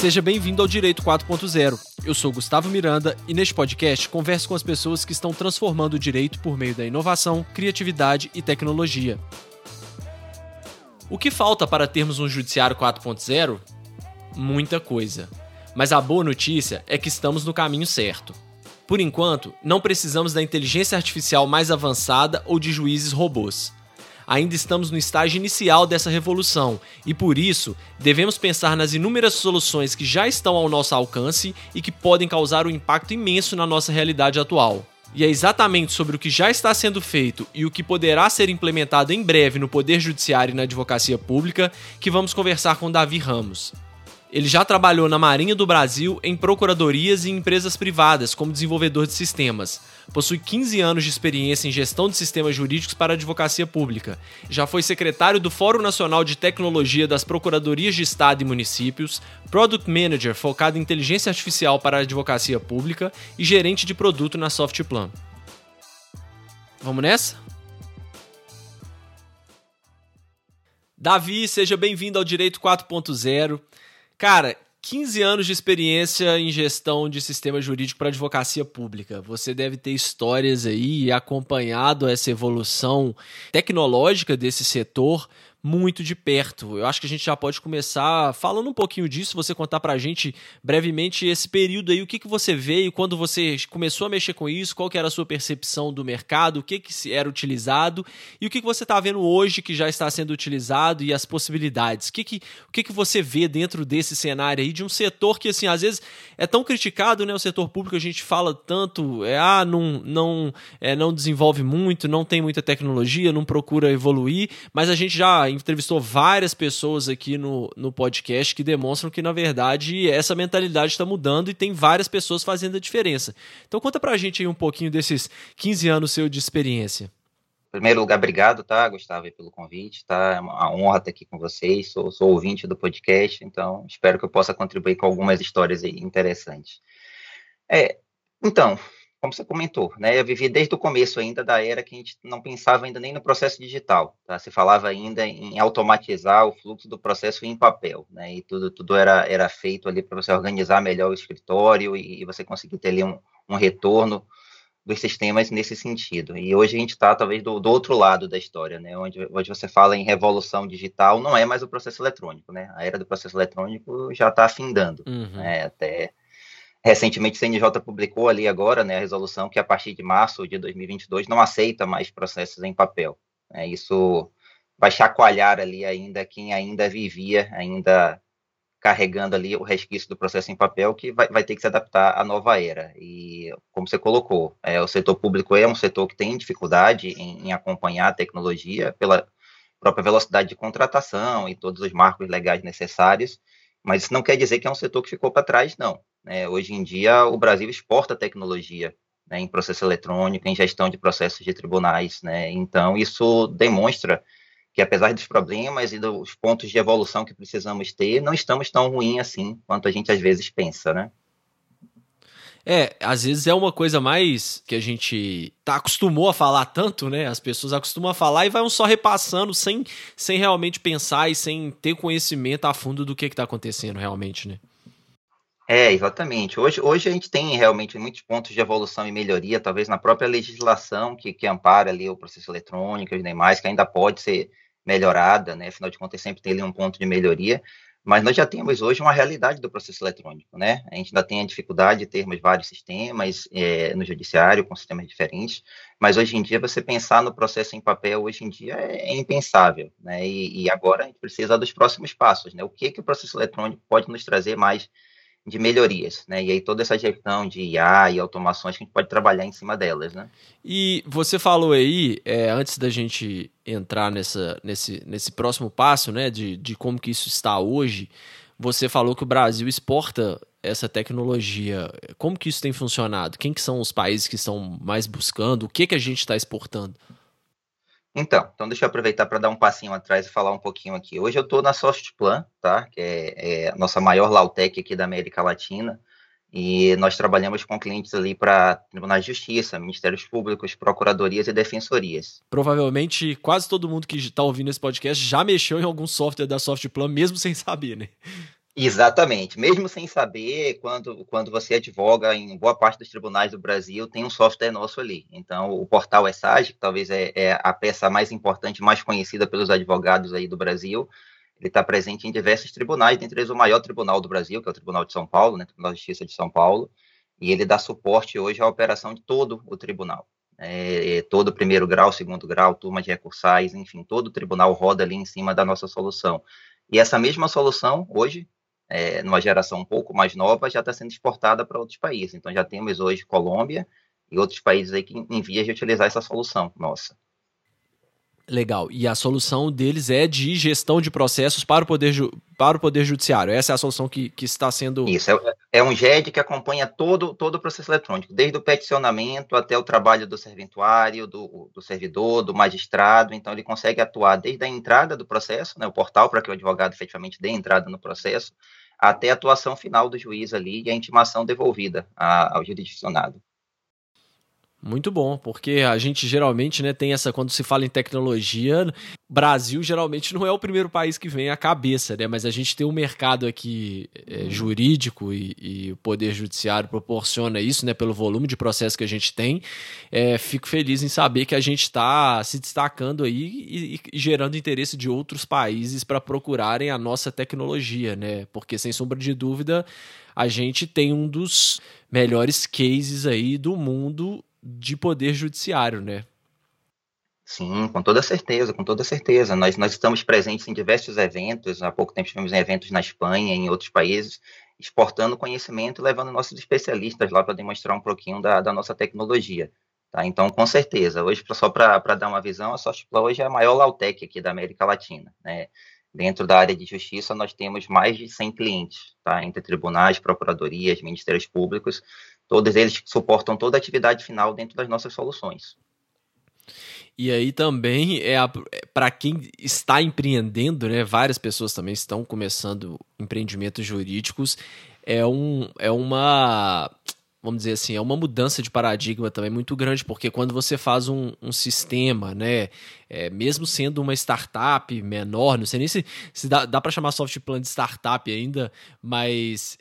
Seja bem-vindo ao Direito 4.0. Eu sou Gustavo Miranda e neste podcast converso com as pessoas que estão transformando o direito por meio da inovação, criatividade e tecnologia. O que falta para termos um Judiciário 4.0? Muita coisa. Mas a boa notícia é que estamos no caminho certo. Por enquanto, não precisamos da inteligência artificial mais avançada ou de juízes robôs. Ainda estamos no estágio inicial dessa revolução e, por isso, devemos pensar nas inúmeras soluções que já estão ao nosso alcance e que podem causar um impacto imenso na nossa realidade atual. E é exatamente sobre o que já está sendo feito e o que poderá ser implementado em breve no Poder Judiciário e na Advocacia Pública que vamos conversar com Davi Ramos. Ele já trabalhou na Marinha do Brasil, em procuradorias e em empresas privadas como desenvolvedor de sistemas. Possui 15 anos de experiência em gestão de sistemas jurídicos para a advocacia pública. Já foi secretário do Fórum Nacional de Tecnologia das Procuradorias de Estado e Municípios, Product Manager focado em inteligência artificial para a advocacia pública e gerente de produto na Softplan. Vamos nessa? Davi, seja bem-vindo ao Direito 4.0. Cara, 15 anos de experiência em gestão de sistema jurídico para advocacia pública. Você deve ter histórias aí e acompanhado essa evolução tecnológica desse setor muito de perto. Eu acho que a gente já pode começar falando um pouquinho disso, você contar pra gente brevemente esse período aí, o que você veio, quando você começou a mexer com isso, qual que era a sua percepção do mercado, o que era utilizado e o que você está vendo hoje que já está sendo utilizado e as possibilidades. O que você vê dentro desse cenário aí de um setor que, assim, às vezes é tão criticado, né? O setor público a gente fala tanto, não desenvolve muito, não tem muita tecnologia, não procura evoluir, mas a gente já entrevistou várias pessoas aqui no podcast que demonstram que, na verdade, essa mentalidade está mudando e tem várias pessoas fazendo a diferença. Então conta pra gente aí um pouquinho desses 15 anos seu de experiência. Em primeiro lugar, obrigado, tá, Gustavo, pelo convite, tá? É uma honra estar aqui com vocês, sou ouvinte do podcast, então espero que eu possa contribuir com algumas histórias aí interessantes. Então, como você comentou, né, eu vivi desde o começo ainda da era que a gente não pensava ainda nem no processo digital, tá? Se falava ainda em automatizar o fluxo do processo em papel, né, e tudo era feito ali para você organizar melhor o escritório e você conseguir ter ali um retorno dos sistemas nesse sentido. E hoje a gente está, talvez, do outro lado da história, né, onde você fala em revolução digital, não é mais o processo eletrônico, né, a era do processo eletrônico já está afindando, né, até... Recentemente, o CNJ publicou ali agora, né, a resolução que a partir de março de 2022 não aceita mais processos em papel. Isso vai chacoalhar ali ainda quem ainda vivia, ainda carregando ali o resquício do processo em papel, que vai ter que se adaptar à nova era. E, como você colocou, o setor público é um setor que tem dificuldade em acompanhar a tecnologia pela própria velocidade de contratação e todos os marcos legais necessários, mas isso não quer dizer que é um setor que ficou para trás, não. Hoje em dia, o Brasil exporta tecnologia, né, em processo eletrônico, em gestão de processos de tribunais, né? Então, isso demonstra que, apesar dos problemas e dos pontos de evolução que precisamos ter, não estamos tão ruim assim quanto a gente às vezes pensa, né? Às vezes é uma coisa mais que a gente acostumou a falar tanto, né? As pessoas acostumam a falar e vão só repassando sem realmente pensar e sem ter conhecimento a fundo do que está acontecendo realmente, né? Exatamente. Hoje a gente tem realmente muitos pontos de evolução e melhoria, talvez na própria legislação que ampara ali o processo eletrônico e demais, que ainda pode ser melhorada, né? Afinal de contas, sempre tem ali um ponto de melhoria, mas nós já temos hoje uma realidade do processo eletrônico, né? A gente ainda tem a dificuldade de termos vários sistemas no judiciário, com sistemas diferentes, mas hoje em dia você pensar no processo em papel, hoje em dia é impensável, né? E agora a gente precisa dos próximos passos, né? O que o processo eletrônico pode nos trazer mais de melhorias, né? E aí toda essa gestão de IA e automações que a gente pode trabalhar em cima delas, né? E você falou aí, antes da gente entrar nesse próximo passo, né, de como que isso está hoje, você falou que o Brasil exporta essa tecnologia. Como que isso tem funcionado? Quem que são os países que estão mais buscando? O que a gente está exportando? Então deixa eu aproveitar para dar um passinho atrás e falar um pouquinho aqui. Hoje eu estou na Softplan, tá? Que é a nossa maior Lautec aqui da América Latina, e nós trabalhamos com clientes ali para tribunais de justiça, ministérios públicos, procuradorias e defensorias. Provavelmente quase todo mundo que está ouvindo esse podcast já mexeu em algum software da Softplan, mesmo sem saber, né? Exatamente. Mesmo sem saber, quando você advoga em boa parte dos tribunais do Brasil, tem um software nosso ali. Então, o portal ESAGE, que talvez é a peça mais importante, mais conhecida pelos advogados aí do Brasil, ele está presente em diversos tribunais, dentre eles o maior tribunal do Brasil, que é o Tribunal de São Paulo, né, Tribunal de Justiça de São Paulo, e ele dá suporte hoje à operação de todo o tribunal. Todo o primeiro grau, segundo grau, turmas de recursais, enfim, todo o tribunal roda ali em cima da nossa solução. E essa mesma solução, hoje, numa geração um pouco mais nova, já está sendo exportada para outros países. Então, já temos hoje Colômbia e outros países aí que em vias de utilizar essa solução nossa. Legal. E a solução deles é de gestão de processos para o Poder Judiciário. Essa é a solução que está sendo... Isso, é um GED que acompanha todo o processo eletrônico, desde o peticionamento até o trabalho do serventuário, do servidor, do magistrado. Então, ele consegue atuar desde a entrada do processo, né, o portal para que o advogado efetivamente dê entrada no processo, até a atuação final do juiz ali e a intimação devolvida ao jurisdicionado. Muito bom, porque a gente geralmente, né, tem essa, quando se fala em tecnologia, Brasil geralmente não é o primeiro país que vem à cabeça, né, mas a gente tem um mercado aqui jurídico e o Poder Judiciário proporciona isso, né, pelo volume de processo que a gente tem. Fico feliz em saber que a gente está se destacando aí e gerando interesse de outros países para procurarem a nossa tecnologia, né, porque sem sombra de dúvida a gente tem um dos melhores cases aí do mundo de poder judiciário, né? Sim, com toda certeza, com toda certeza. Nós estamos presentes em diversos eventos, há pouco tempo estivemos em eventos na Espanha, em outros países, exportando conhecimento e levando nossos especialistas lá para demonstrar um pouquinho da nossa tecnologia. Tá? Então, com certeza, hoje, só para dar uma visão, a Softplan hoje é a maior Lautec aqui da América Latina, né? Dentro da área de justiça, nós temos mais de 100 clientes, tá? Entre tribunais, procuradorias, ministérios públicos, todos eles suportam toda a atividade final dentro das nossas soluções. E aí também para quem está empreendendo, né? Várias pessoas também estão começando empreendimentos jurídicos. Vamos dizer assim, é uma mudança de paradigma também muito grande, porque quando você faz um sistema, né, mesmo sendo uma startup menor, não sei nem se dá para chamar Softplan de startup ainda, mas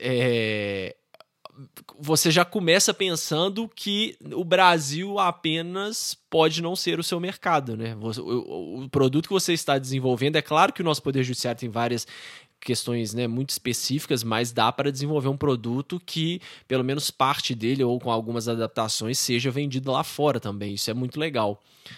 você já começa pensando que o Brasil apenas pode não ser o seu mercado, né? O produto que você está desenvolvendo, é claro que o nosso Poder Judiciário tem várias questões, né, muito específicas, mas dá para desenvolver um produto que, pelo menos parte dele, ou com algumas adaptações, seja vendido lá fora também. Isso é muito legal.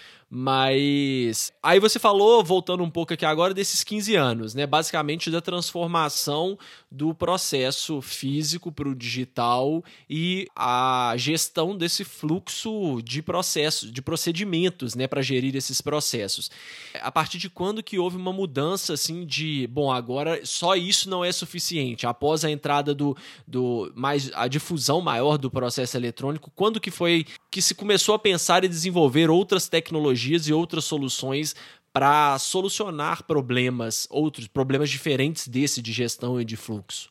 Mas aí você falou, voltando um pouco aqui agora, desses 15 anos, né? Basicamente da transformação do processo físico para o digital e a gestão desse fluxo de processos, de procedimentos, né, para gerir esses processos. A partir de quando que houve uma mudança assim de, bom, agora só isso não é suficiente? Após a entrada a difusão maior do processo eletrônico, quando que foi que se começou a pensar e desenvolver outras tecnologias e outras soluções para solucionar outros problemas diferentes desse de gestão e de fluxo?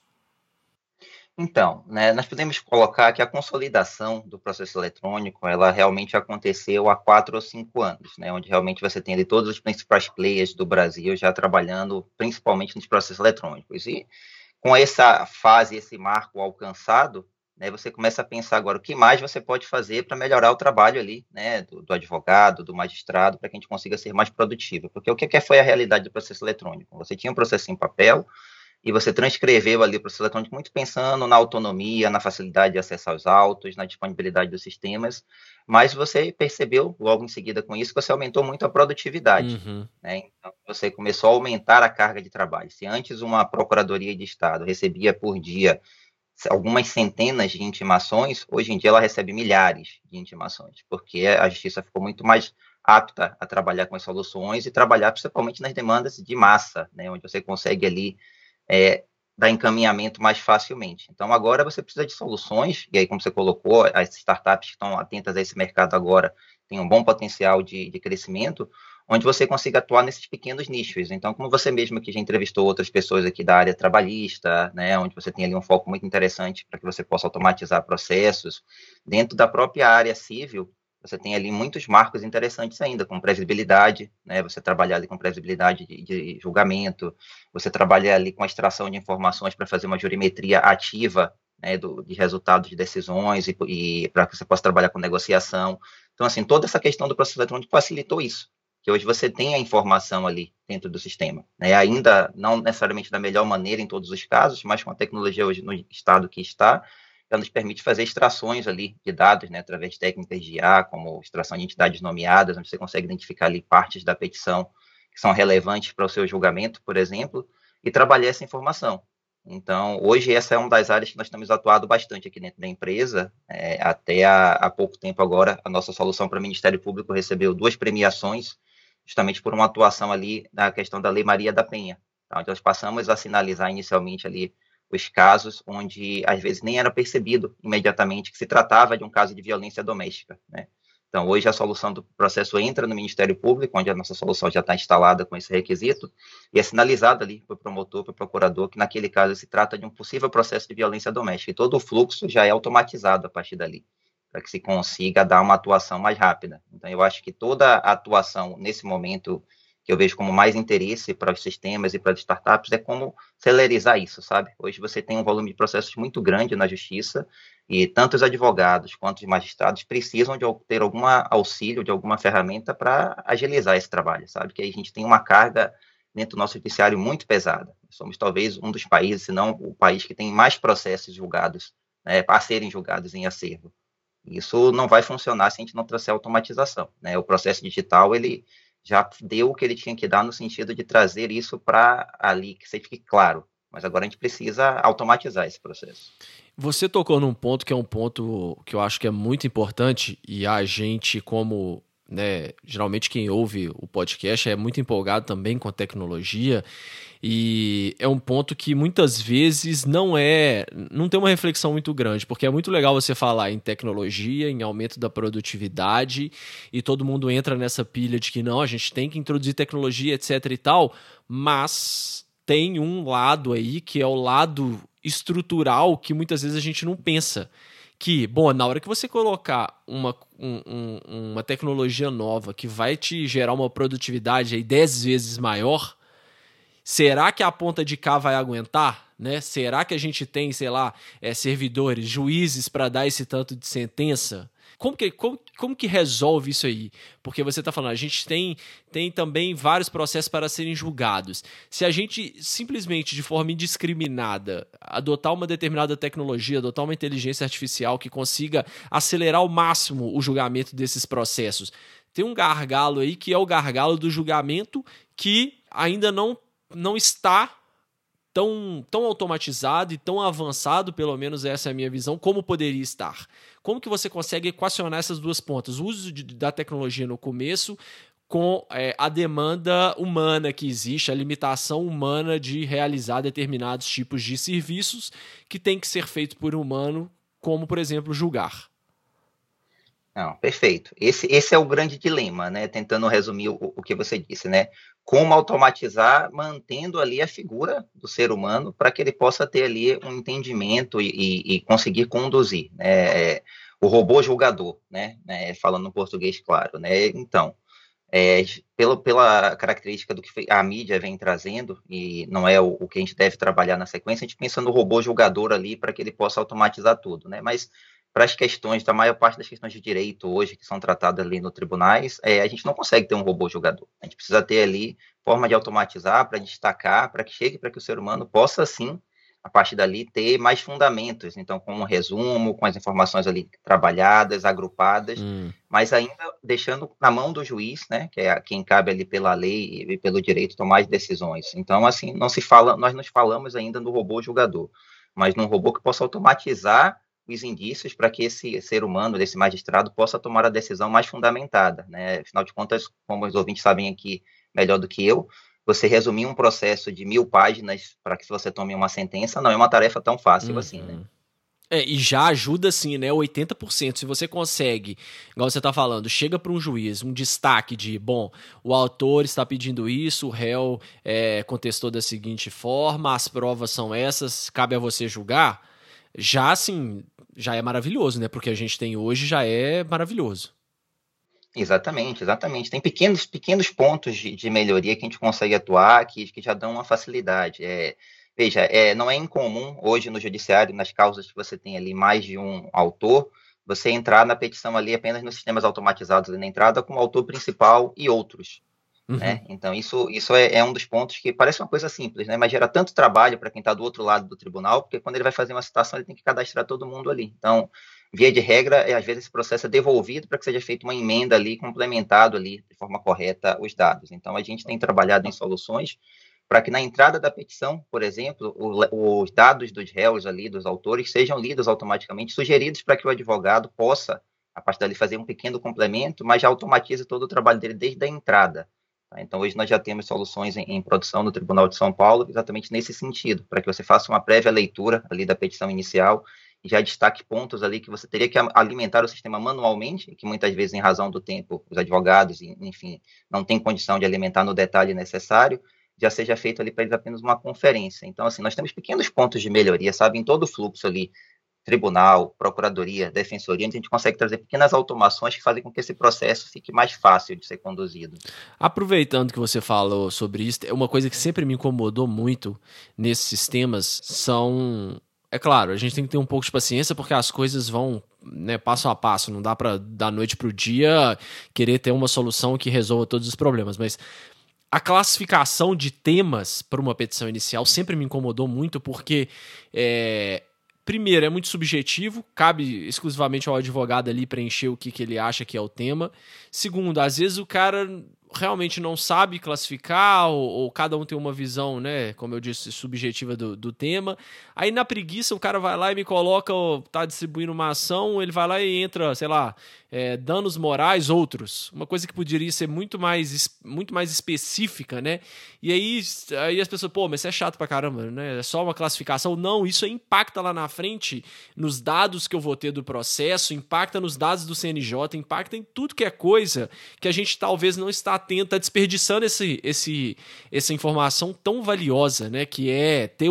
Então, né, nós podemos colocar que a consolidação do processo eletrônico, ela realmente aconteceu há 4 ou 5 anos, né, onde realmente você tem ali todos os principais players do Brasil já trabalhando principalmente nos processos eletrônicos. E com essa fase, esse marco alcançado, né, você começa a pensar agora o que mais você pode fazer para melhorar o trabalho ali, né, do advogado, do magistrado, para que a gente consiga ser mais produtivo. Porque o que foi a realidade do processo eletrônico? Você tinha um processo em papel e você transcreveu ali o processo eletrônico muito pensando na autonomia, na facilidade de acesso aos autos, na disponibilidade dos sistemas, mas você percebeu logo em seguida com isso que você aumentou muito a produtividade. Uhum. Né? Então, você começou a aumentar a carga de trabalho. Se antes uma procuradoria de Estado recebia por dia algumas centenas de intimações, hoje em dia ela recebe milhares de intimações, porque a justiça ficou muito mais apta a trabalhar com as soluções e trabalhar principalmente nas demandas de massa, né, onde você consegue ali dar encaminhamento mais facilmente. Então, agora você precisa de soluções, e aí, como você colocou, as startups que estão atentas a esse mercado agora têm um bom potencial de crescimento, onde você consiga atuar nesses pequenos nichos. Então, como você mesmo que já entrevistou outras pessoas aqui da área trabalhista, né, onde você tem ali um foco muito interessante para que você possa automatizar processos, dentro da própria área civil, você tem ali muitos marcos interessantes ainda, como previsibilidade, né? Você trabalhar ali com previsibilidade de julgamento, você trabalhar ali com a extração de informações para fazer uma jurimetria ativa, né, de resultados de decisões e para que você possa trabalhar com negociação. Então, assim, toda essa questão do processo eletrônico facilitou isso, que hoje você tem a informação ali dentro do sistema, né? Ainda não necessariamente da melhor maneira em todos os casos, mas com a tecnologia hoje no estado que está, ela nos permite fazer extrações ali de dados, né, através de técnicas de IA, como extração de entidades nomeadas, onde você consegue identificar ali partes da petição que são relevantes para o seu julgamento, por exemplo, e trabalhar essa informação. Então, hoje, essa é uma das áreas que nós temos atuado bastante aqui dentro da empresa. Até há pouco tempo agora, a nossa solução para o Ministério Público recebeu 2 premiações, justamente por uma atuação ali na questão da Lei Maria da Penha, tá? Onde nós passamos a sinalizar inicialmente ali os casos onde, às vezes, nem era percebido imediatamente que se tratava de um caso de violência doméstica, né? Então, hoje a solução do processo entra no Ministério Público, onde a nossa solução já está instalada com esse requisito, e é sinalizado ali para o promotor, para o procurador, que naquele caso se trata de um possível processo de violência doméstica, e todo o fluxo já é automatizado a partir dali, para que se consiga dar uma atuação mais rápida. Então, eu acho que toda a atuação nesse momento que eu vejo como mais interesse para os sistemas e para as startups é como celerizar isso, sabe? Hoje você tem um volume de processos muito grande na justiça e tanto os advogados quanto os magistrados precisam de ter algum auxílio, de alguma ferramenta para agilizar esse trabalho, sabe? Que aí a gente tem uma carga dentro do nosso judiciário muito pesada. Somos talvez um dos países, se não o país que tem mais processos julgados, né, a serem julgados em acervo. Isso não vai funcionar se a gente não trouxer automatização, né? O processo digital, ele já deu o que ele tinha que dar no sentido de trazer isso para ali, que fique claro. Mas agora a gente precisa automatizar esse processo. Você tocou num ponto que é um ponto que eu acho que é muito importante e a gente, como, né, geralmente quem ouve o podcast é muito empolgado também com a tecnologia e é um ponto que muitas vezes não tem uma reflexão muito grande, porque é muito legal você falar em tecnologia, em aumento da produtividade e todo mundo entra nessa pilha de que não, a gente tem que introduzir tecnologia, etc e tal, mas tem um lado aí que é o lado estrutural que muitas vezes a gente não pensa. Que, bom, na hora que você colocar uma tecnologia nova que vai te gerar uma produtividade aí 10 vezes maior, será que a ponta de cá vai aguentar? Né? Será que a gente tem, sei lá, servidores, juízes para dar esse tanto de sentença? Como que resolve isso aí? Porque você está falando, a gente tem também vários processos para serem julgados. Se a gente simplesmente, de forma indiscriminada, adotar uma determinada tecnologia, adotar uma inteligência artificial que consiga acelerar ao máximo o julgamento desses processos, tem um gargalo aí que é o gargalo do julgamento que ainda não está tão automatizado e tão avançado, pelo menos essa é a minha visão, como poderia estar. Como que você consegue equacionar essas duas pontas? O uso da tecnologia no começo com a demanda humana que existe, a limitação humana de realizar determinados tipos de serviços que tem que ser feito por um humano, como, por exemplo, julgar. Não, perfeito. Esse é o grande dilema, né? Tentando resumir o que você disse, né? Como automatizar, mantendo ali a figura do ser humano para que ele possa ter ali um entendimento e conseguir conduzir, né? O robô julgador, né? Falando no português claro, né? Então, pela característica do que a mídia vem trazendo, e não é o que a gente deve trabalhar na sequência, a gente pensa no robô julgador ali para que ele possa automatizar tudo, né? Mas para as questões, da maior parte das questões de direito hoje que são tratadas ali nos tribunais, a gente não consegue ter um robô julgador. A gente precisa ter ali forma de automatizar, para destacar, para que chegue para que o ser humano possa, sim, a partir dali, ter mais fundamentos. Então, com um resumo, com as informações ali trabalhadas, agrupadas, mas ainda deixando na mão do juiz, né, que é quem cabe ali pela lei e pelo direito tomar as decisões. Então, assim, nós não falamos ainda no robô julgador, mas num robô que possa automatizar os indícios para que esse ser humano, esse magistrado, possa tomar a decisão mais fundamentada, né? Afinal de contas, como os ouvintes sabem aqui melhor do que eu, você resumir um processo de 1000 páginas para que você tome uma sentença não é uma tarefa tão fácil assim, né? E já ajuda, assim, né, 80%. Se você consegue, igual você está falando, chega para um juiz, um destaque de, bom, o autor está pedindo isso, o réu contestou da seguinte forma, as provas são essas, cabe a você julgar, já, assim, já é maravilhoso, né? Porque a gente tem hoje já é maravilhoso. Exatamente, exatamente. Tem pequenos pontos de melhoria que a gente consegue atuar, que já dão uma facilidade. Veja, não é incomum hoje no judiciário, nas causas que você tem ali mais de um autor, você entrar na petição ali apenas nos sistemas automatizados ali na entrada com o autor principal e outros. Uhum. Né? Então, isso é um dos pontos que parece uma coisa simples, né? Mas gera tanto trabalho para quem está do outro lado do tribunal, porque quando ele vai fazer uma citação, ele tem que cadastrar todo mundo ali. Então, via de regra, às vezes esse processo é devolvido para que seja feita uma emenda ali, complementado ali de forma correta os dados. Então, a gente tem trabalhado em soluções para que na entrada da petição, por exemplo, os dados dos réus ali, dos autores, sejam lidos automaticamente, sugeridos para que o advogado possa, a partir dali, fazer um pequeno complemento, mas já automatize todo o trabalho dele desde a entrada. Então, hoje nós já temos soluções em produção no Tribunal de São Paulo, exatamente nesse sentido, para que você faça uma prévia leitura ali da petição inicial e já destaque pontos ali que você teria que alimentar o sistema manualmente, que muitas vezes, em razão do tempo, os advogados, enfim, não têm condição de alimentar no detalhe necessário, já seja feito ali para eles apenas uma conferência. Então, assim, nós temos pequenos pontos de melhoria, sabe, em todo o fluxo ali, tribunal, procuradoria, defensoria, onde a gente consegue trazer pequenas automações que fazem com que esse processo fique mais fácil de ser conduzido. Aproveitando que você falou sobre isso, é uma coisa que sempre me incomodou muito nesses sistemas são... É claro, a gente tem que ter um pouco de paciência porque as coisas vão, né, passo a passo. Não dá para da noite pro dia querer ter uma solução que resolva todos os problemas, mas a classificação de temas para uma petição inicial sempre me incomodou muito porque primeiro, é muito subjetivo, cabe exclusivamente ao advogado ali preencher o que ele acha que é o tema. Segundo, às vezes o cara realmente não sabe classificar, ou cada um tem uma visão, né, como eu disse, subjetiva do tema. Aí na preguiça o cara vai lá e me coloca, tá distribuindo uma ação, ele vai lá e entra, sei lá, danos morais, outros. Uma coisa que poderia ser muito mais específica, né? E aí as pessoas, pô, mas isso é chato pra caramba, né? É só uma classificação. Não, isso impacta lá na frente nos dados que eu vou ter do processo, impacta nos dados do CNJ, impacta em tudo que é coisa que a gente talvez não está atento, tá desperdiçando essa informação tão valiosa, né? Que é ter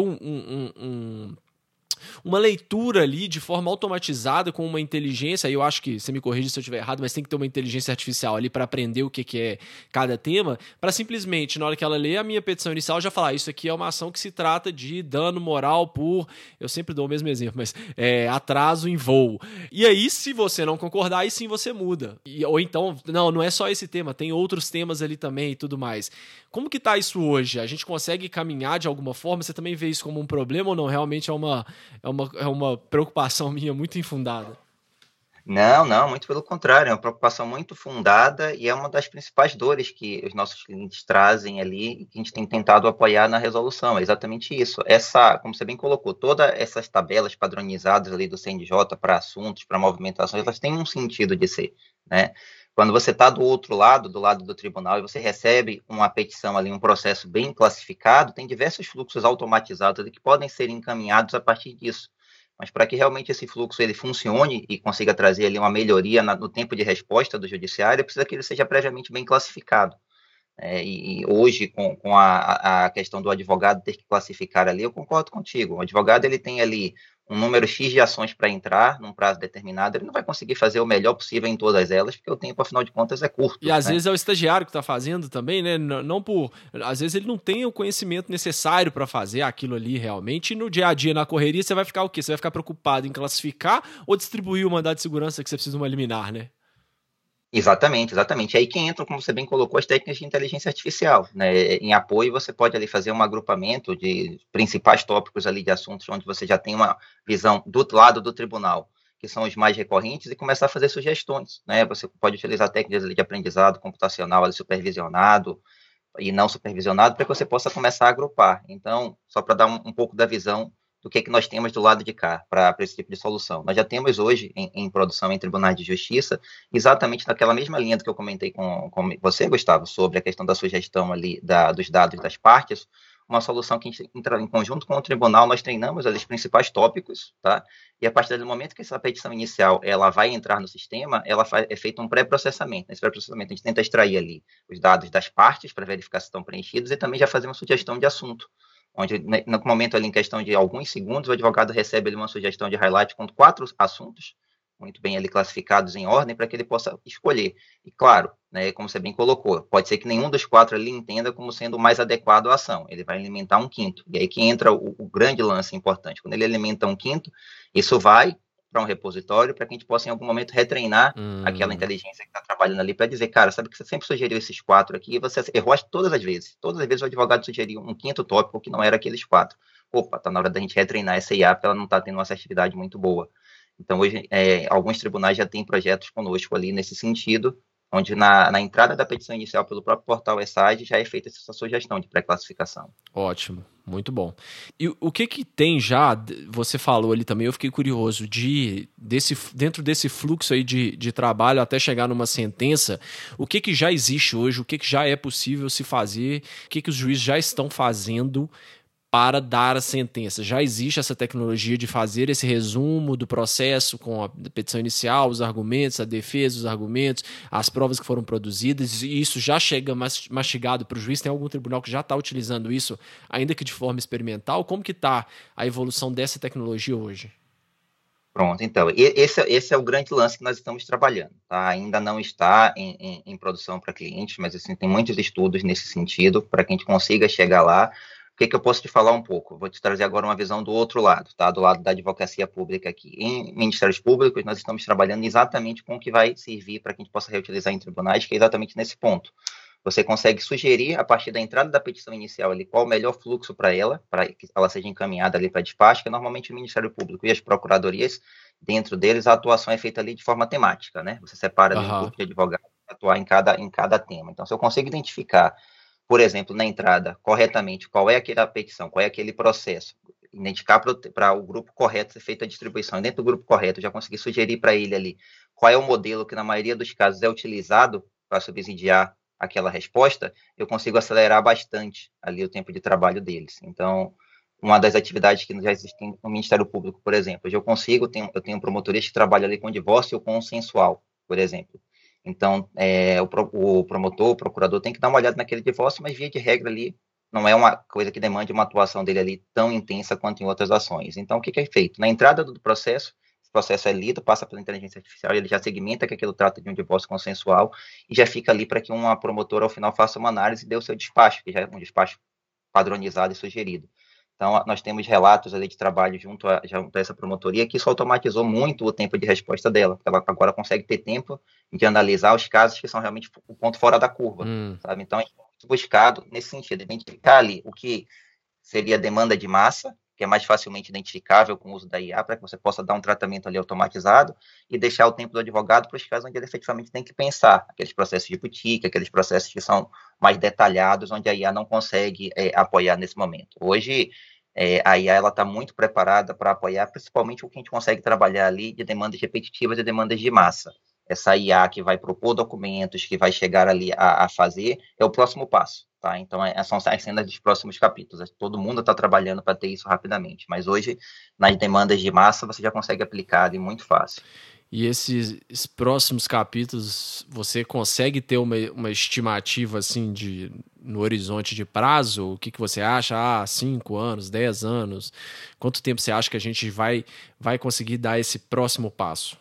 uma leitura ali de forma automatizada com uma inteligência, aí eu acho que, você me corrige se eu estiver errado, mas tem que ter uma inteligência artificial ali para aprender o que é cada tema, para simplesmente, na hora que ela lê a minha petição inicial, já falar, isso aqui é uma ação que se trata de dano moral por, eu sempre dou o mesmo exemplo, mas atraso em voo. E aí, se você não concordar, aí sim você muda. Ou então, não é só esse tema, tem outros temas ali também e tudo mais. Como que tá isso hoje? A gente consegue caminhar de alguma forma? Você também vê isso como um problema ou não? Realmente é uma preocupação minha muito infundada? Não, muito pelo contrário, é uma preocupação muito fundada e é uma das principais dores que os nossos clientes trazem ali e que a gente tem tentado apoiar na resolução, é exatamente isso. Como você bem colocou, todas essas tabelas padronizadas ali do CNJ para assuntos, para movimentações, elas têm um sentido de ser, né? Quando você está do outro lado, do lado do tribunal, e você recebe uma petição ali, um processo bem classificado, tem diversos fluxos automatizados ali que podem ser encaminhados a partir disso. Mas para que realmente esse fluxo ele funcione e consiga trazer ali uma melhoria no tempo de resposta do judiciário, precisa que ele seja previamente bem classificado. E hoje, com a questão do advogado ter que classificar ali, eu concordo contigo. O advogado ele tem ali um número X de ações para entrar num prazo determinado, ele não vai conseguir fazer o melhor possível em todas elas, porque o tempo, afinal de contas, é curto. E às né? vezes é o estagiário que está fazendo também, né? Não por. Às vezes ele não tem o conhecimento necessário para fazer aquilo ali realmente. E no dia a dia, na correria, você vai ficar o quê? Você vai ficar preocupado em classificar ou distribuir o mandado de segurança que você precisa de uma liminar, né? Exatamente, exatamente. Aí que entram, como você bem colocou, as técnicas de inteligência artificial, né? Em apoio, você pode ali fazer um agrupamento de principais tópicos ali de assuntos onde você já tem uma visão do lado do tribunal, que são os mais recorrentes, e começar a fazer sugestões, né? Você pode utilizar técnicas ali de aprendizado computacional ali supervisionado e não supervisionado para que você possa começar a agrupar. Então, só para dar um pouco da visão do que nós temos do lado de cá para esse tipo de solução. Nós já temos hoje em produção em tribunais de justiça, exatamente naquela mesma linha do que eu comentei com você, Gustavo, sobre a questão da sugestão ali dos dados das partes, uma solução que a gente entra em conjunto com o tribunal, nós treinamos os principais tópicos, tá? E a partir do momento que essa petição inicial ela vai entrar no sistema, é feito um pré-processamento. Nesse pré-processamento a gente tenta extrair ali os dados das partes para verificar se estão preenchidos e também já fazer uma sugestão de assunto, onde no momento ali em questão de alguns segundos o advogado recebe ali uma sugestão de highlight com 4 assuntos, muito bem ali classificados em ordem para que ele possa escolher. E claro, né, como você bem colocou, pode ser que nenhum dos 4 ali entenda como sendo o mais adequado à ação. Ele vai alimentar um quinto. E aí que entra o grande lance importante. Quando ele alimenta um quinto, isso vai para um repositório para que a gente possa em algum momento retreinar aquela inteligência que está trabalhando ali para dizer, cara, sabe que você sempre sugeriu esses 4 aqui e você errou todas as vezes. Todas as vezes o advogado sugeriu um quinto tópico que não era aqueles 4. Opa, está na hora da gente retreinar essa IA porque ela não está tendo uma assertividade muito boa. Então, hoje, alguns tribunais já têm projetos conosco ali nesse sentido, onde na entrada da petição inicial pelo próprio portal ESAD já é feita essa sugestão de pré-classificação. Ótimo, muito bom. E o que tem já, você falou ali também, eu fiquei curioso, dentro desse fluxo aí de trabalho até chegar numa sentença, o que já existe hoje, o que já é possível se fazer, o que os juízes já estão fazendo para dar a sentença. Já existe essa tecnologia de fazer esse resumo do processo com a petição inicial, os argumentos, a defesa, os argumentos, as provas que foram produzidas, e isso já chega mastigado para o juiz? Tem algum tribunal que já está utilizando isso, ainda que de forma experimental? Como que está a evolução dessa tecnologia hoje? Pronto, então, esse é o grande lance que nós estamos trabalhando, tá? Ainda não está em produção para clientes, mas assim, tem muitos estudos nesse sentido, para que a gente consiga chegar lá. O que eu posso te falar um pouco? Vou te trazer agora uma visão do outro lado, tá? Do lado da advocacia pública aqui. Em ministérios públicos, nós estamos trabalhando exatamente com o que vai servir para que a gente possa reutilizar em tribunais, que é exatamente nesse ponto. Você consegue sugerir, a partir da entrada da petição inicial ali, qual o melhor fluxo para que ela seja encaminhada ali para despacho, que é normalmente o Ministério Público e as procuradorias, dentro deles, a atuação é feita ali de forma temática, né? Você separa ali um grupo de advogados para atuar em cada tema. Então, se eu consigo identificar, por exemplo, na entrada, corretamente, qual é aquela petição, qual é aquele processo, identificar para o grupo correto ser feita a distribuição, e dentro do grupo correto, já conseguir sugerir para ele ali qual é o modelo que, na maioria dos casos, é utilizado para subsidiar aquela resposta, eu consigo acelerar bastante ali o tempo de trabalho deles. Então, uma das atividades que já existem no Ministério Público, por exemplo, eu tenho promotorias que trabalham ali com divórcio consensual, por exemplo. Então, o promotor, o procurador tem que dar uma olhada naquele divórcio, mas via de regra ali, não é uma coisa que demande uma atuação dele ali tão intensa quanto em outras ações. Então, o que é feito? Na entrada do processo, esse processo é lido, passa pela inteligência artificial, ele já segmenta que aquilo trata de um divórcio consensual e já fica ali para que uma promotora, ao final, faça uma análise e dê o seu despacho, que já é um despacho padronizado e sugerido. Então, nós temos relatos ali de trabalho junto a essa promotoria que isso automatizou muito o tempo de resposta dela, porque ela agora consegue ter tempo de analisar os casos que são realmente o ponto fora da curva, sabe? Então, a gente tem buscado nesse sentido, identificar ali o que seria demanda de massa, que é mais facilmente identificável com o uso da IA, para que você possa dar um tratamento ali automatizado e deixar o tempo do advogado para os casos onde ele efetivamente tem que pensar, aqueles processos de boutique, aqueles processos que são mais detalhados, onde a IA não consegue apoiar nesse momento. Hoje, a IA está muito preparada para apoiar, principalmente o que a gente consegue trabalhar ali de demandas repetitivas e demandas de massa. Essa IA que vai propor documentos, que vai chegar ali a fazer, é o próximo passo. Tá? Então, são as cenas dos próximos capítulos. Todo mundo está trabalhando para ter isso rapidamente. Mas hoje, nas demandas de massa, você já consegue aplicar ali muito fácil. E esses próximos capítulos, você consegue ter uma estimativa assim no horizonte de prazo? O que você acha? 5 anos, 10 anos? Quanto tempo você acha que a gente vai conseguir dar esse próximo passo?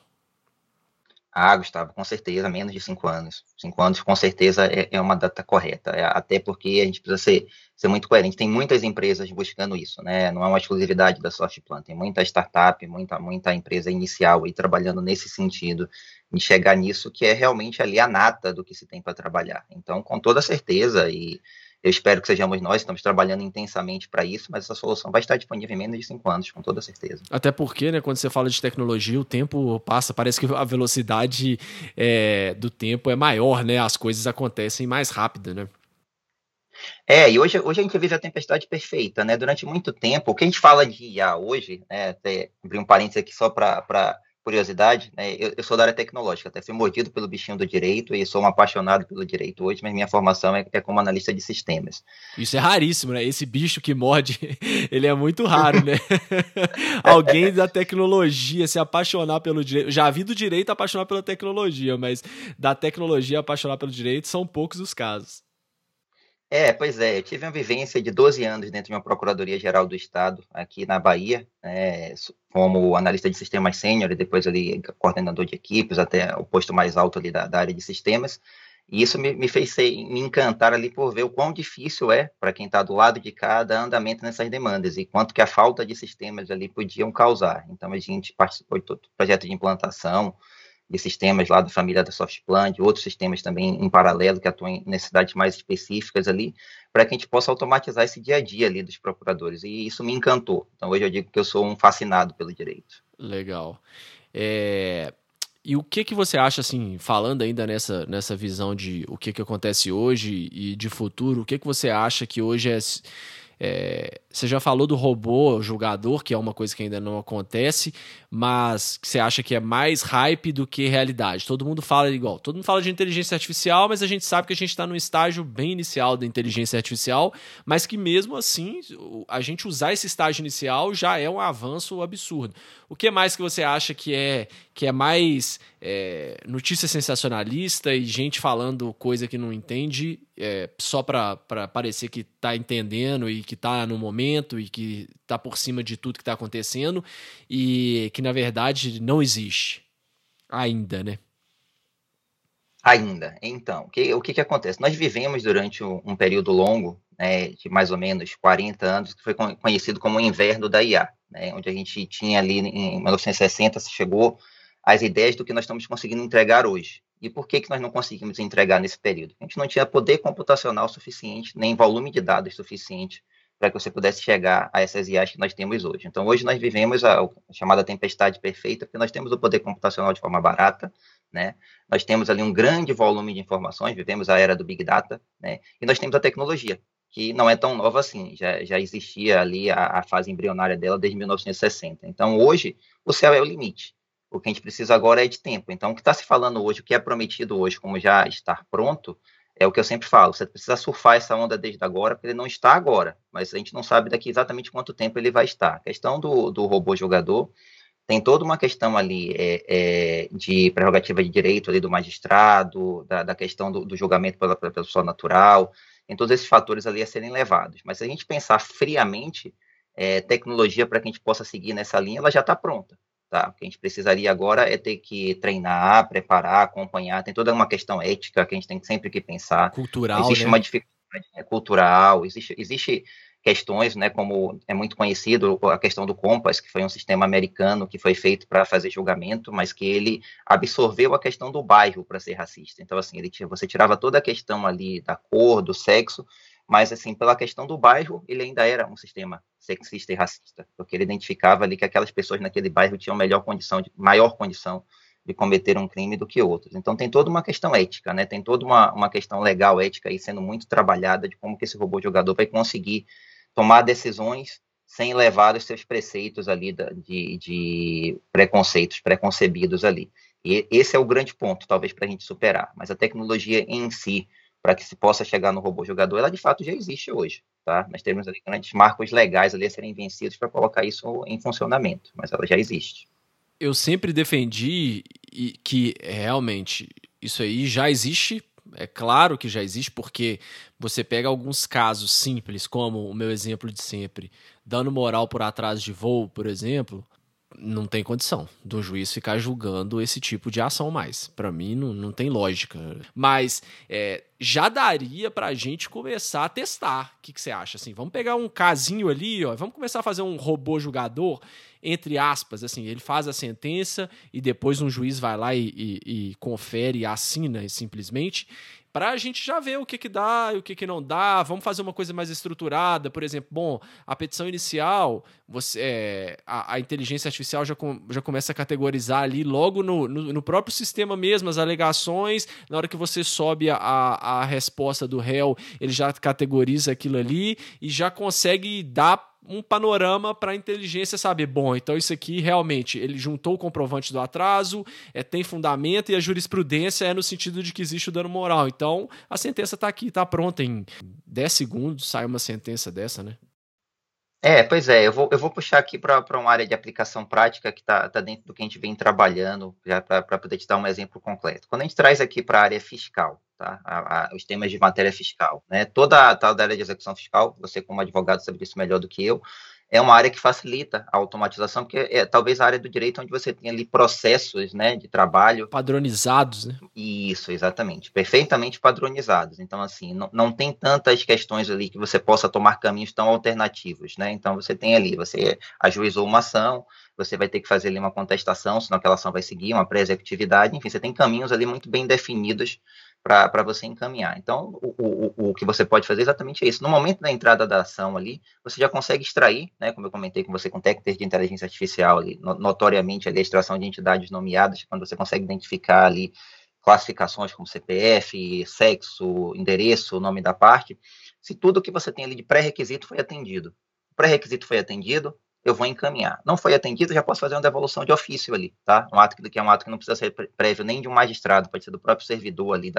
Gustavo, com certeza, menos de 5 anos. 5 anos, com certeza, é uma data correta. Até porque a gente precisa ser muito coerente. Tem muitas empresas buscando isso, né? Não é uma exclusividade da Softplan. Tem muita startup, muita empresa inicial aí trabalhando nesse sentido, em chegar nisso, que é realmente ali a nata do que se tem para trabalhar. Então, com toda certeza, e eu espero que sejamos nós, estamos trabalhando intensamente para isso, mas essa solução vai estar disponível em menos de 5 anos, com toda certeza. Até porque, né, quando você fala de tecnologia, o tempo passa, parece que a velocidade do tempo é maior, né? As coisas acontecem mais rápido, né? E hoje a gente vive a tempestade perfeita, né? Durante muito tempo, o que a gente fala de IA hoje, né? Até abrir um parênteses aqui só para curiosidade, né? Eu sou da área tecnológica, até fui mordido pelo bichinho do direito e sou um apaixonado pelo direito hoje, mas minha formação é como analista de sistemas. Isso é raríssimo, né? Esse bicho que morde, ele é muito raro, né? Alguém da tecnologia se apaixonar pelo direito. Já vi do direito apaixonar pela tecnologia, mas da tecnologia apaixonar pelo direito são poucos os casos. Pois é, eu tive uma vivência de 12 anos dentro de uma Procuradoria-Geral do Estado, aqui na Bahia, como analista de sistemas sênior e depois ali coordenador de equipes, até o posto mais alto ali da área de sistemas, e isso me fez me encantar ali por ver o quão difícil é para quem está do lado de cá dar andamento nessas demandas e quanto que a falta de sistemas ali podiam causar. Então a gente participou de todo o projeto de implantação, de sistemas lá da família da Softplan, de outros sistemas também em paralelo que atuam em necessidades mais específicas ali, para que a gente possa automatizar esse dia a dia ali dos procuradores. E isso me encantou. Então hoje eu digo que eu sou um fascinado pelo direito. Legal. E o que você acha, assim, falando ainda nessa visão de o que acontece hoje e de futuro, o que você acha que hoje você já falou do robô julgador, que é uma coisa que ainda não acontece, mas que você acha que é mais hype do que realidade? Todo mundo fala igual, todo mundo fala de inteligência artificial, mas a gente sabe que a gente está num estágio bem inicial da inteligência artificial, mas que mesmo assim, a gente usar esse estágio inicial já é um avanço absurdo. O que mais que você acha que é mais notícia sensacionalista e gente falando coisa que não entende só para parecer que está entendendo e que está no momento e que está por cima de tudo que está acontecendo e que, na verdade, não existe ainda, né? Ainda. Então, o que acontece? Nós vivemos durante um período longo, né, de mais ou menos 40 anos, que foi conhecido como o inverno da IA, né, onde a gente tinha ali em 1960, se chegou às ideias do que nós estamos conseguindo entregar hoje. E por que nós não conseguimos entregar nesse período? A gente não tinha poder computacional suficiente, nem volume de dados suficiente para que você pudesse chegar a essas IAs que nós temos hoje. Então, hoje nós vivemos a chamada tempestade perfeita, porque nós temos o poder computacional de forma barata, né? Nós temos ali um grande volume de informações, vivemos a era do Big Data, né? E nós temos a tecnologia, que não é tão nova assim, já existia ali a fase embrionária dela desde 1960. Então, hoje, o céu é o limite. O que a gente precisa agora é de tempo. Então, o que está se falando hoje, o que é prometido hoje como já estar pronto, é o que eu sempre falo, você precisa surfar essa onda desde agora, porque ele não está agora, mas a gente não sabe daqui exatamente quanto tempo ele vai estar. A questão do robô jogador tem toda uma questão ali de prerrogativa de direito ali do magistrado, da questão do julgamento pela pessoa natural, tem todos esses fatores ali a serem levados. Mas se a gente pensar friamente, tecnologia para que a gente possa seguir nessa linha, ela já está pronta. Tá? O que a gente precisaria agora é ter que treinar, preparar, acompanhar. Tem toda uma questão ética que a gente tem sempre que pensar. Cultural, existe, né? Uma dificuldade cultural, existe questões, né, como é muito conhecido a questão do Compass, que foi um sistema americano que foi feito para fazer julgamento, mas que ele absorveu a questão do bairro para ser racista. Então, assim, você tirava toda a questão ali da cor, do sexo, mas, assim, pela questão do bairro, ele ainda era um sistema sexista e racista, porque ele identificava ali que aquelas pessoas naquele bairro tinham maior condição de cometer um crime do que outros. Então, tem toda uma questão ética, né? Tem toda uma questão legal, ética aí sendo muito trabalhada de como que esse robô jogador vai conseguir tomar decisões sem levar os seus preceitos ali de preconceitos preconcebidos ali. E esse é o grande ponto, talvez, para a gente superar. Mas a tecnologia em si, para que se possa chegar no robô jogador, ela de fato já existe hoje, tá? Nós temos ali grandes marcos legais ali a serem vencidos para colocar isso em funcionamento, mas ela já existe. Eu sempre defendi que realmente isso aí já existe, é claro que já existe, porque você pega alguns casos simples, como o meu exemplo de sempre, dano moral por atraso de voo, por exemplo, não tem condição do juiz ficar julgando esse tipo de ação mais. Para mim, não tem lógica. Mas já daria pra gente começar a testar. O que você acha? Assim, vamos pegar um casinho ali, ó, vamos começar a fazer um robô julgador, entre aspas, assim, ele faz a sentença e depois um juiz vai lá e confere e assina simplesmente, para a gente já ver o que dá e o que não dá. Vamos fazer uma coisa mais estruturada, por exemplo, bom, a petição inicial, a inteligência artificial já começa a categorizar ali logo no próprio sistema mesmo, as alegações, na hora que você sobe a resposta do réu, ele já categoriza aquilo ali e já consegue dar um panorama para a inteligência saber, bom, então isso aqui realmente, ele juntou o comprovante do atraso, tem fundamento e a jurisprudência é no sentido de que existe o dano moral. Então, a sentença está aqui, está pronta. Em 10 segundos sai uma sentença dessa, né? Pois é, eu vou puxar aqui para uma área de aplicação prática que está dentro do que a gente vem trabalhando, já para poder te dar um exemplo concreto. Quando a gente traz aqui para a área fiscal, tá? Os temas de matéria fiscal, né? Toda a tal da área de execução fiscal, você como advogado sabe disso melhor do que eu, é uma área que facilita a automatização, porque é talvez a área do direito onde você tem ali processos, né, de trabalho. Padronizados, né? Isso, exatamente. Perfeitamente padronizados. Então, assim, não tem tantas questões ali que você possa tomar caminhos tão alternativos, né? Então, você tem ali, você ajuizou uma ação, você vai ter que fazer ali uma contestação, senão aquela ação vai seguir, uma pré-executividade, enfim, você tem caminhos ali muito bem definidos para você encaminhar. Então, o que você pode fazer é exatamente isso. No momento da entrada da ação ali, você já consegue extrair, né, como eu comentei com você, com técnicas de inteligência artificial ali, notoriamente ali, a extração de entidades nomeadas, quando você consegue identificar ali classificações como CPF, sexo, endereço, nome da parte, se tudo que você tem ali de pré-requisito foi atendido. O pré-requisito foi atendido, eu vou encaminhar. Não foi atendido, já posso fazer uma devolução de ofício ali, tá? Um ato que é um ato que não precisa ser prévio nem de um magistrado, pode ser do próprio servidor ali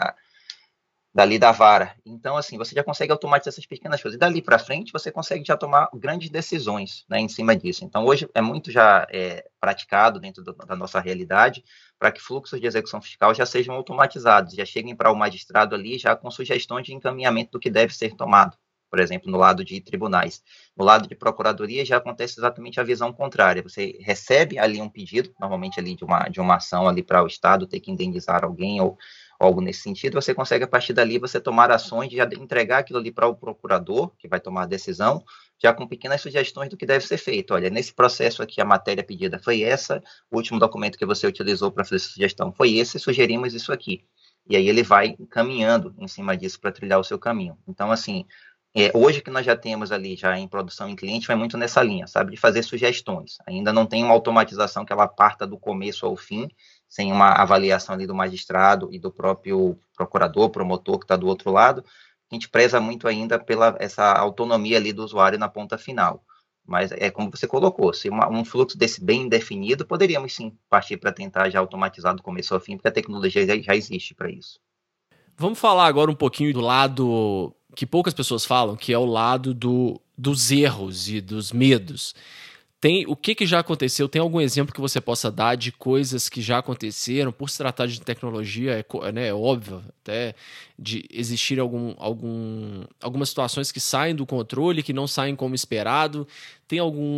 dali da vara. Então, assim, você já consegue automatizar essas pequenas coisas. E dali para frente, você consegue já tomar grandes decisões, né, em cima disso. Então, hoje é muito já praticado dentro da nossa realidade para que fluxos de execução fiscal já sejam automatizados, já cheguem para o magistrado ali já com sugestões de encaminhamento do que deve ser tomado. Por exemplo, no lado de tribunais. No lado de procuradoria já acontece exatamente a visão contrária. Você recebe ali um pedido, normalmente ali de uma ação ali para o Estado ter que indenizar alguém ou algo nesse sentido, você consegue, a partir dali, você tomar ações de entregar aquilo ali para o procurador, que vai tomar a decisão, já com pequenas sugestões do que deve ser feito. Olha, nesse processo aqui, a matéria pedida foi essa, o último documento que você utilizou para fazer essa sugestão foi esse, sugerimos isso aqui. E aí ele vai caminhando em cima disso para trilhar o seu caminho. Então, assim, hoje que nós já temos ali, já em produção em cliente, vai muito nessa linha, sabe, de fazer sugestões. Ainda não tem uma automatização que ela parta do começo ao fim, sem uma avaliação ali do magistrado e do próprio procurador, promotor que está do outro lado. A gente preza muito ainda pela essa autonomia ali do usuário na ponta final. Mas é como você colocou, se um fluxo desse bem definido, poderíamos sim partir para tentar já automatizar do começo ao fim, porque a tecnologia já existe para isso. Vamos falar agora um pouquinho do lado que poucas pessoas falam, que é o lado dos erros e dos medos. O que já aconteceu? Tem algum exemplo que você possa dar de coisas que já aconteceram? Por se tratar de tecnologia, né, é óbvio até de existir algumas situações que saem do controle, que não saem como esperado. Tem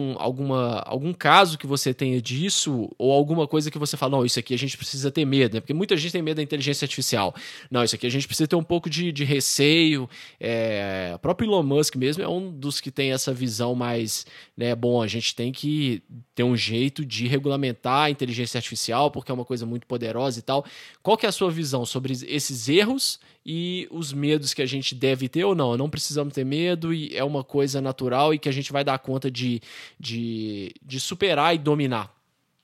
algum caso que você tenha disso? Ou alguma coisa que você fala, não, isso aqui a gente precisa ter medo, né? Porque muita gente tem medo da inteligência artificial. Não, isso aqui a gente precisa ter um pouco de receio. O próprio Elon Musk mesmo é um dos que tem essa visão mais, né, bom, a gente tem que ter um jeito de regulamentar a inteligência artificial, porque é uma coisa muito poderosa e tal. Qual que é a sua visão sobre esses erros e os medos que a gente deve ter ou não? Não precisamos ter medo e é uma coisa natural e que a gente vai dar conta de superar e dominar.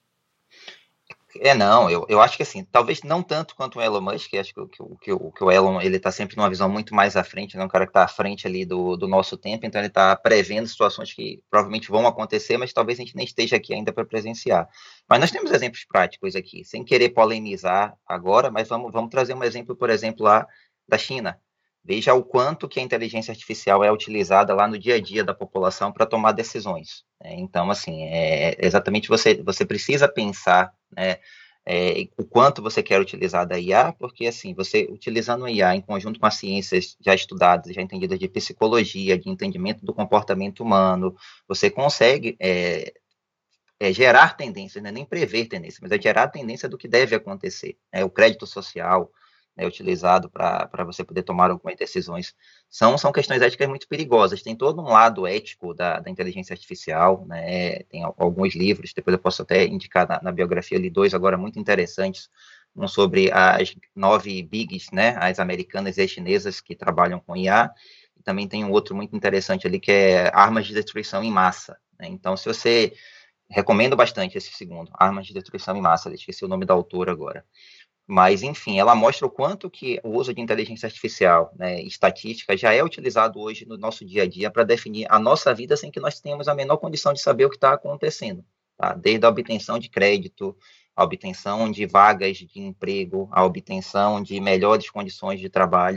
Não, eu acho que assim, talvez não tanto quanto o Elon Musk, acho que o Elon, ele está sempre numa visão muito mais à frente, né, um cara que está à frente ali do nosso tempo, então ele está prevendo situações que provavelmente vão acontecer, mas talvez a gente nem esteja aqui ainda para presenciar. Mas nós temos exemplos práticos aqui, sem querer polemizar agora, mas vamos trazer um exemplo, por exemplo, lá da China. Veja o quanto que a inteligência artificial é utilizada lá no dia a dia da população para tomar decisões. Então, assim, exatamente você precisa pensar, né, o quanto você quer utilizar da IA, porque, assim, você utilizando a IA em conjunto com as ciências já estudadas, já entendidas de psicologia, de entendimento do comportamento humano, você consegue gerar tendências, né, nem prever tendências, mas gerar a tendência do que deve acontecer. O crédito social, utilizado para você poder tomar algumas decisões. São questões éticas muito perigosas. Tem todo um lado ético da inteligência artificial, né? Tem alguns livros, depois eu posso até indicar na biografia, eu li 2 agora muito interessantes, um sobre as 9 bigs, né? As americanas e as chinesas que trabalham com IA, e também tem um outro muito interessante ali, que é armas de destruição em massa, né? Então, se você... Recomendo bastante esse segundo, Armas de Destruição em Massa, esqueci o nome da autora agora. Mas, enfim, ela mostra o quanto que o uso de inteligência artificial, né, estatística, já é utilizado hoje no nosso dia a dia para definir a nossa vida sem que nós tenhamos a menor condição de saber o que está acontecendo. Tá? Desde a obtenção de crédito, a obtenção de vagas de emprego, a obtenção de melhores condições de trabalho.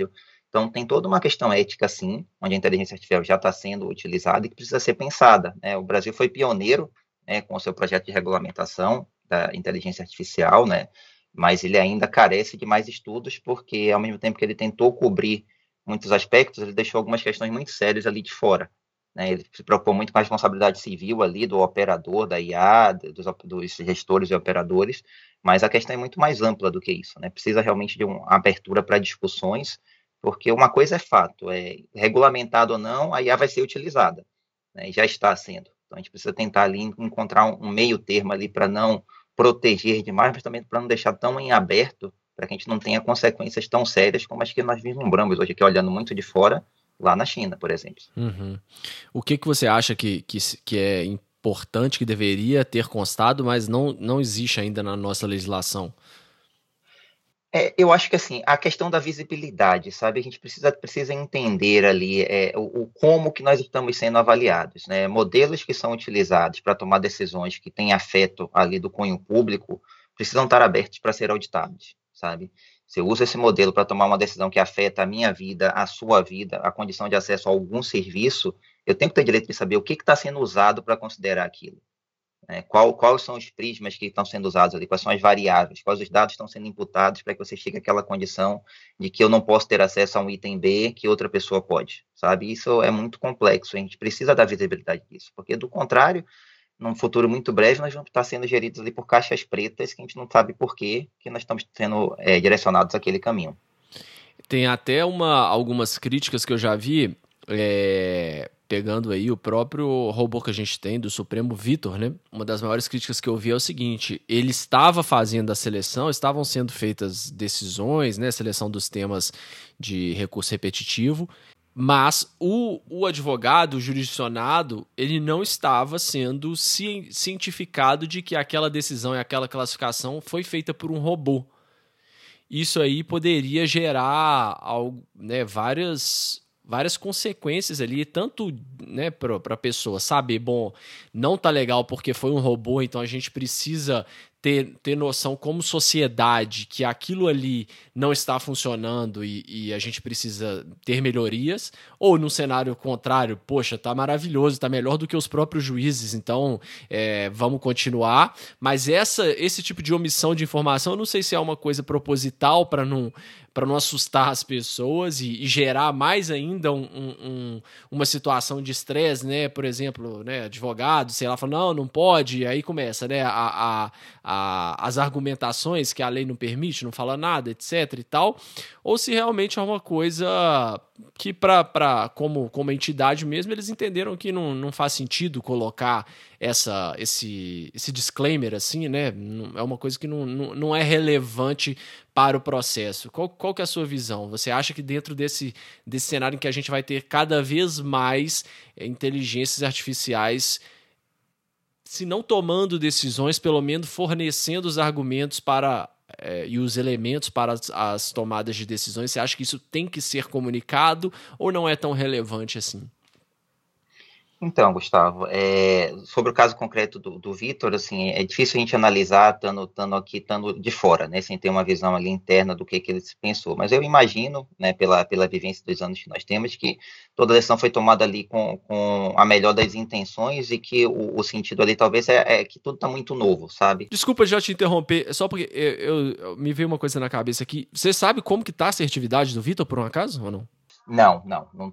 Então, tem toda uma questão ética, sim, onde a inteligência artificial já está sendo utilizada e que precisa ser pensada, né? O Brasil foi pioneiro, né, com o seu projeto de regulamentação da inteligência artificial, né? Mas ele ainda carece de mais estudos, porque, ao mesmo tempo que ele tentou cobrir muitos aspectos, ele deixou algumas questões muito sérias ali de fora, né? Ele se preocupou muito com a responsabilidade civil ali do operador, da IA, dos gestores e operadores, mas a questão é muito mais ampla do que isso, né? Precisa realmente de uma abertura para discussões, porque uma coisa é fato, é regulamentado ou não, a IA vai ser utilizada, né? E já está sendo. Então, a gente precisa tentar ali encontrar um meio termo ali para não proteger demais, mas também para não deixar tão em aberto, para que a gente não tenha consequências tão sérias como as que nós vislumbramos hoje aqui, olhando muito de fora, lá na China, por exemplo. Uhum. O que você acha que é importante, que deveria ter constado, mas não existe ainda na nossa legislação? Eu acho que assim, a questão da visibilidade, sabe? A gente precisa entender ali o como que nós estamos sendo avaliados, né? Modelos que são utilizados para tomar decisões que têm afeto ali do cunho público precisam estar abertos para ser auditados, sabe? Se eu uso esse modelo para tomar uma decisão que afeta a minha vida, a sua vida, a condição de acesso a algum serviço, eu tenho que ter direito de saber o que está sendo usado para considerar aquilo. Quais são os prismas que estão sendo usados ali, quais são as variáveis, quais os dados estão sendo imputados para que você chegue àquela condição de que eu não posso ter acesso a um item B que outra pessoa pode, sabe? Isso é muito complexo, a gente precisa da visibilidade disso, porque do contrário, num futuro muito breve, nós vamos estar sendo geridos ali por caixas pretas que a gente não sabe por quê, que nós estamos sendo direcionados àquele caminho. Tem até algumas críticas que eu já vi, pegando aí o próprio robô que a gente tem, do Supremo Vitor, né? Uma das maiores críticas que eu vi é o seguinte: ele estava fazendo a seleção, estavam sendo feitas decisões, né? Seleção dos temas de recurso repetitivo, mas o advogado, o jurisdicionado, ele não estava sendo cientificado de que aquela decisão e aquela classificação foi feita por um robô. Isso aí poderia gerar né, várias consequências ali, tanto, né, para a pessoa saber, bom, não tá legal porque foi um robô, então a gente precisa ter noção como sociedade que aquilo ali não está funcionando e a gente precisa ter melhorias, ou num cenário contrário, poxa, tá maravilhoso, tá melhor do que os próprios juízes, então vamos continuar. Mas esse tipo de omissão de informação, eu não sei se é uma coisa proposital para não assustar as pessoas e gerar mais ainda uma situação de estresse, né? Por exemplo, né, advogado, sei lá, fala, não pode, e aí começa, né, as argumentações que a lei não permite, não fala nada, etc e tal, ou se realmente é uma coisa que como entidade mesmo, eles entenderam que não faz sentido colocar esse disclaimer assim, né? É uma coisa que não é relevante para o processo. Qual que é a sua visão? Você acha que dentro desse cenário em que a gente vai ter cada vez mais inteligências artificiais, se não tomando decisões, pelo menos fornecendo os argumentos e os elementos para as tomadas de decisões, você acha que isso tem que ser comunicado ou não é tão relevante assim? Então, Gustavo, sobre o caso concreto do Vitor, assim, é difícil a gente analisar estando de fora, né, sem ter uma visão ali interna do que ele se pensou, mas eu imagino, né, pela vivência dos anos que nós temos, que toda a decisão foi tomada ali com a melhor das intenções e que o sentido ali talvez é que tudo está muito novo, sabe? Desculpa já te interromper, só porque eu me veio uma coisa na cabeça aqui. Você sabe como que tá a assertividade do Vitor, por um acaso, ou não? Não.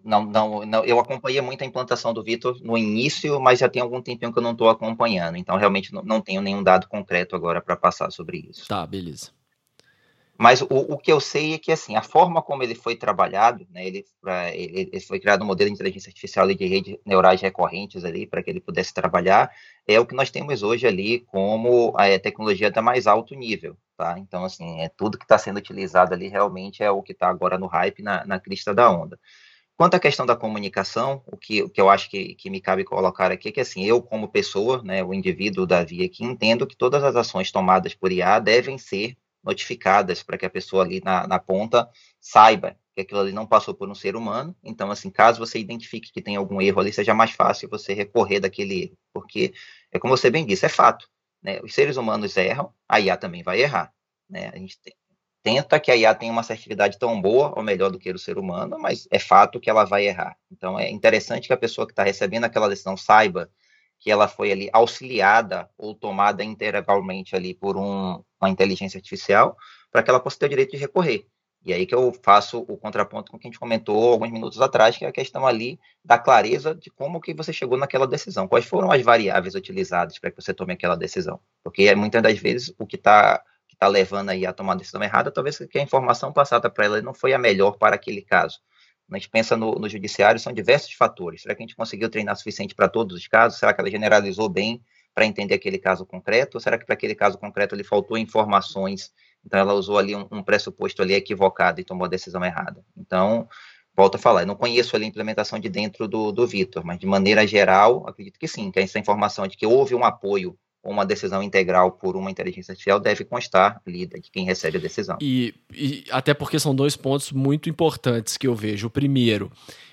Eu acompanhei muito a implantação do Vitor no início, mas já tem algum tempinho que eu não estou acompanhando, então realmente não tenho nenhum dado concreto agora para passar sobre isso. Tá, beleza. Mas o que eu sei é que, assim, a forma como ele foi trabalhado, né, ele foi criado um modelo de inteligência artificial de redes neurais recorrentes ali, para que ele pudesse trabalhar, é o que nós temos hoje ali como a tecnologia da mais alto nível, tá? Então, assim, tudo que está sendo utilizado ali realmente é o que está agora no hype, na crista da onda. Quanto à questão da comunicação, o que eu acho que me cabe colocar aqui é que, assim, eu como pessoa, né, o indivíduo Davi aqui, entendo que todas as ações tomadas por IA devem ser notificadas para que a pessoa ali na ponta saiba que aquilo ali não passou por um ser humano. Então, assim, caso você identifique que tem algum erro ali, seja mais fácil você recorrer daquele erro, porque, como você bem disse, é fato, né? Os seres humanos erram, a IA também vai errar, né? A gente tenta que a IA tenha uma assertividade tão boa ou melhor do que o ser humano, mas é fato que ela vai errar. Então, é interessante que a pessoa que está recebendo aquela decisão saiba que ela foi ali auxiliada ou tomada integralmente ali por uma inteligência artificial, para que ela possa ter o direito de recorrer. E aí que eu faço o contraponto com o que a gente comentou alguns minutos atrás, que é a questão ali da clareza de como que você chegou naquela decisão, quais foram as variáveis utilizadas para que você tome aquela decisão. Porque muitas das vezes o que está levando aí a tomar a decisão errada, talvez que a informação passada para ela não foi a melhor para aquele caso. A gente pensa no judiciário, são diversos fatores. Será que a gente conseguiu treinar o suficiente para todos os casos? Será que ela generalizou bem para entender aquele caso concreto? Ou será que para aquele caso concreto lhe faltou informações? Então, ela usou ali um pressuposto ali equivocado e tomou a decisão errada. Então, volto a falar, eu não conheço ali a implementação de dentro do Vitor, mas de maneira geral, acredito que sim, que essa informação de que houve um apoio ou uma decisão integral por uma inteligência artificial deve constar ali de quem recebe a decisão. E até porque são dois pontos muito importantes que eu vejo. O primeiro,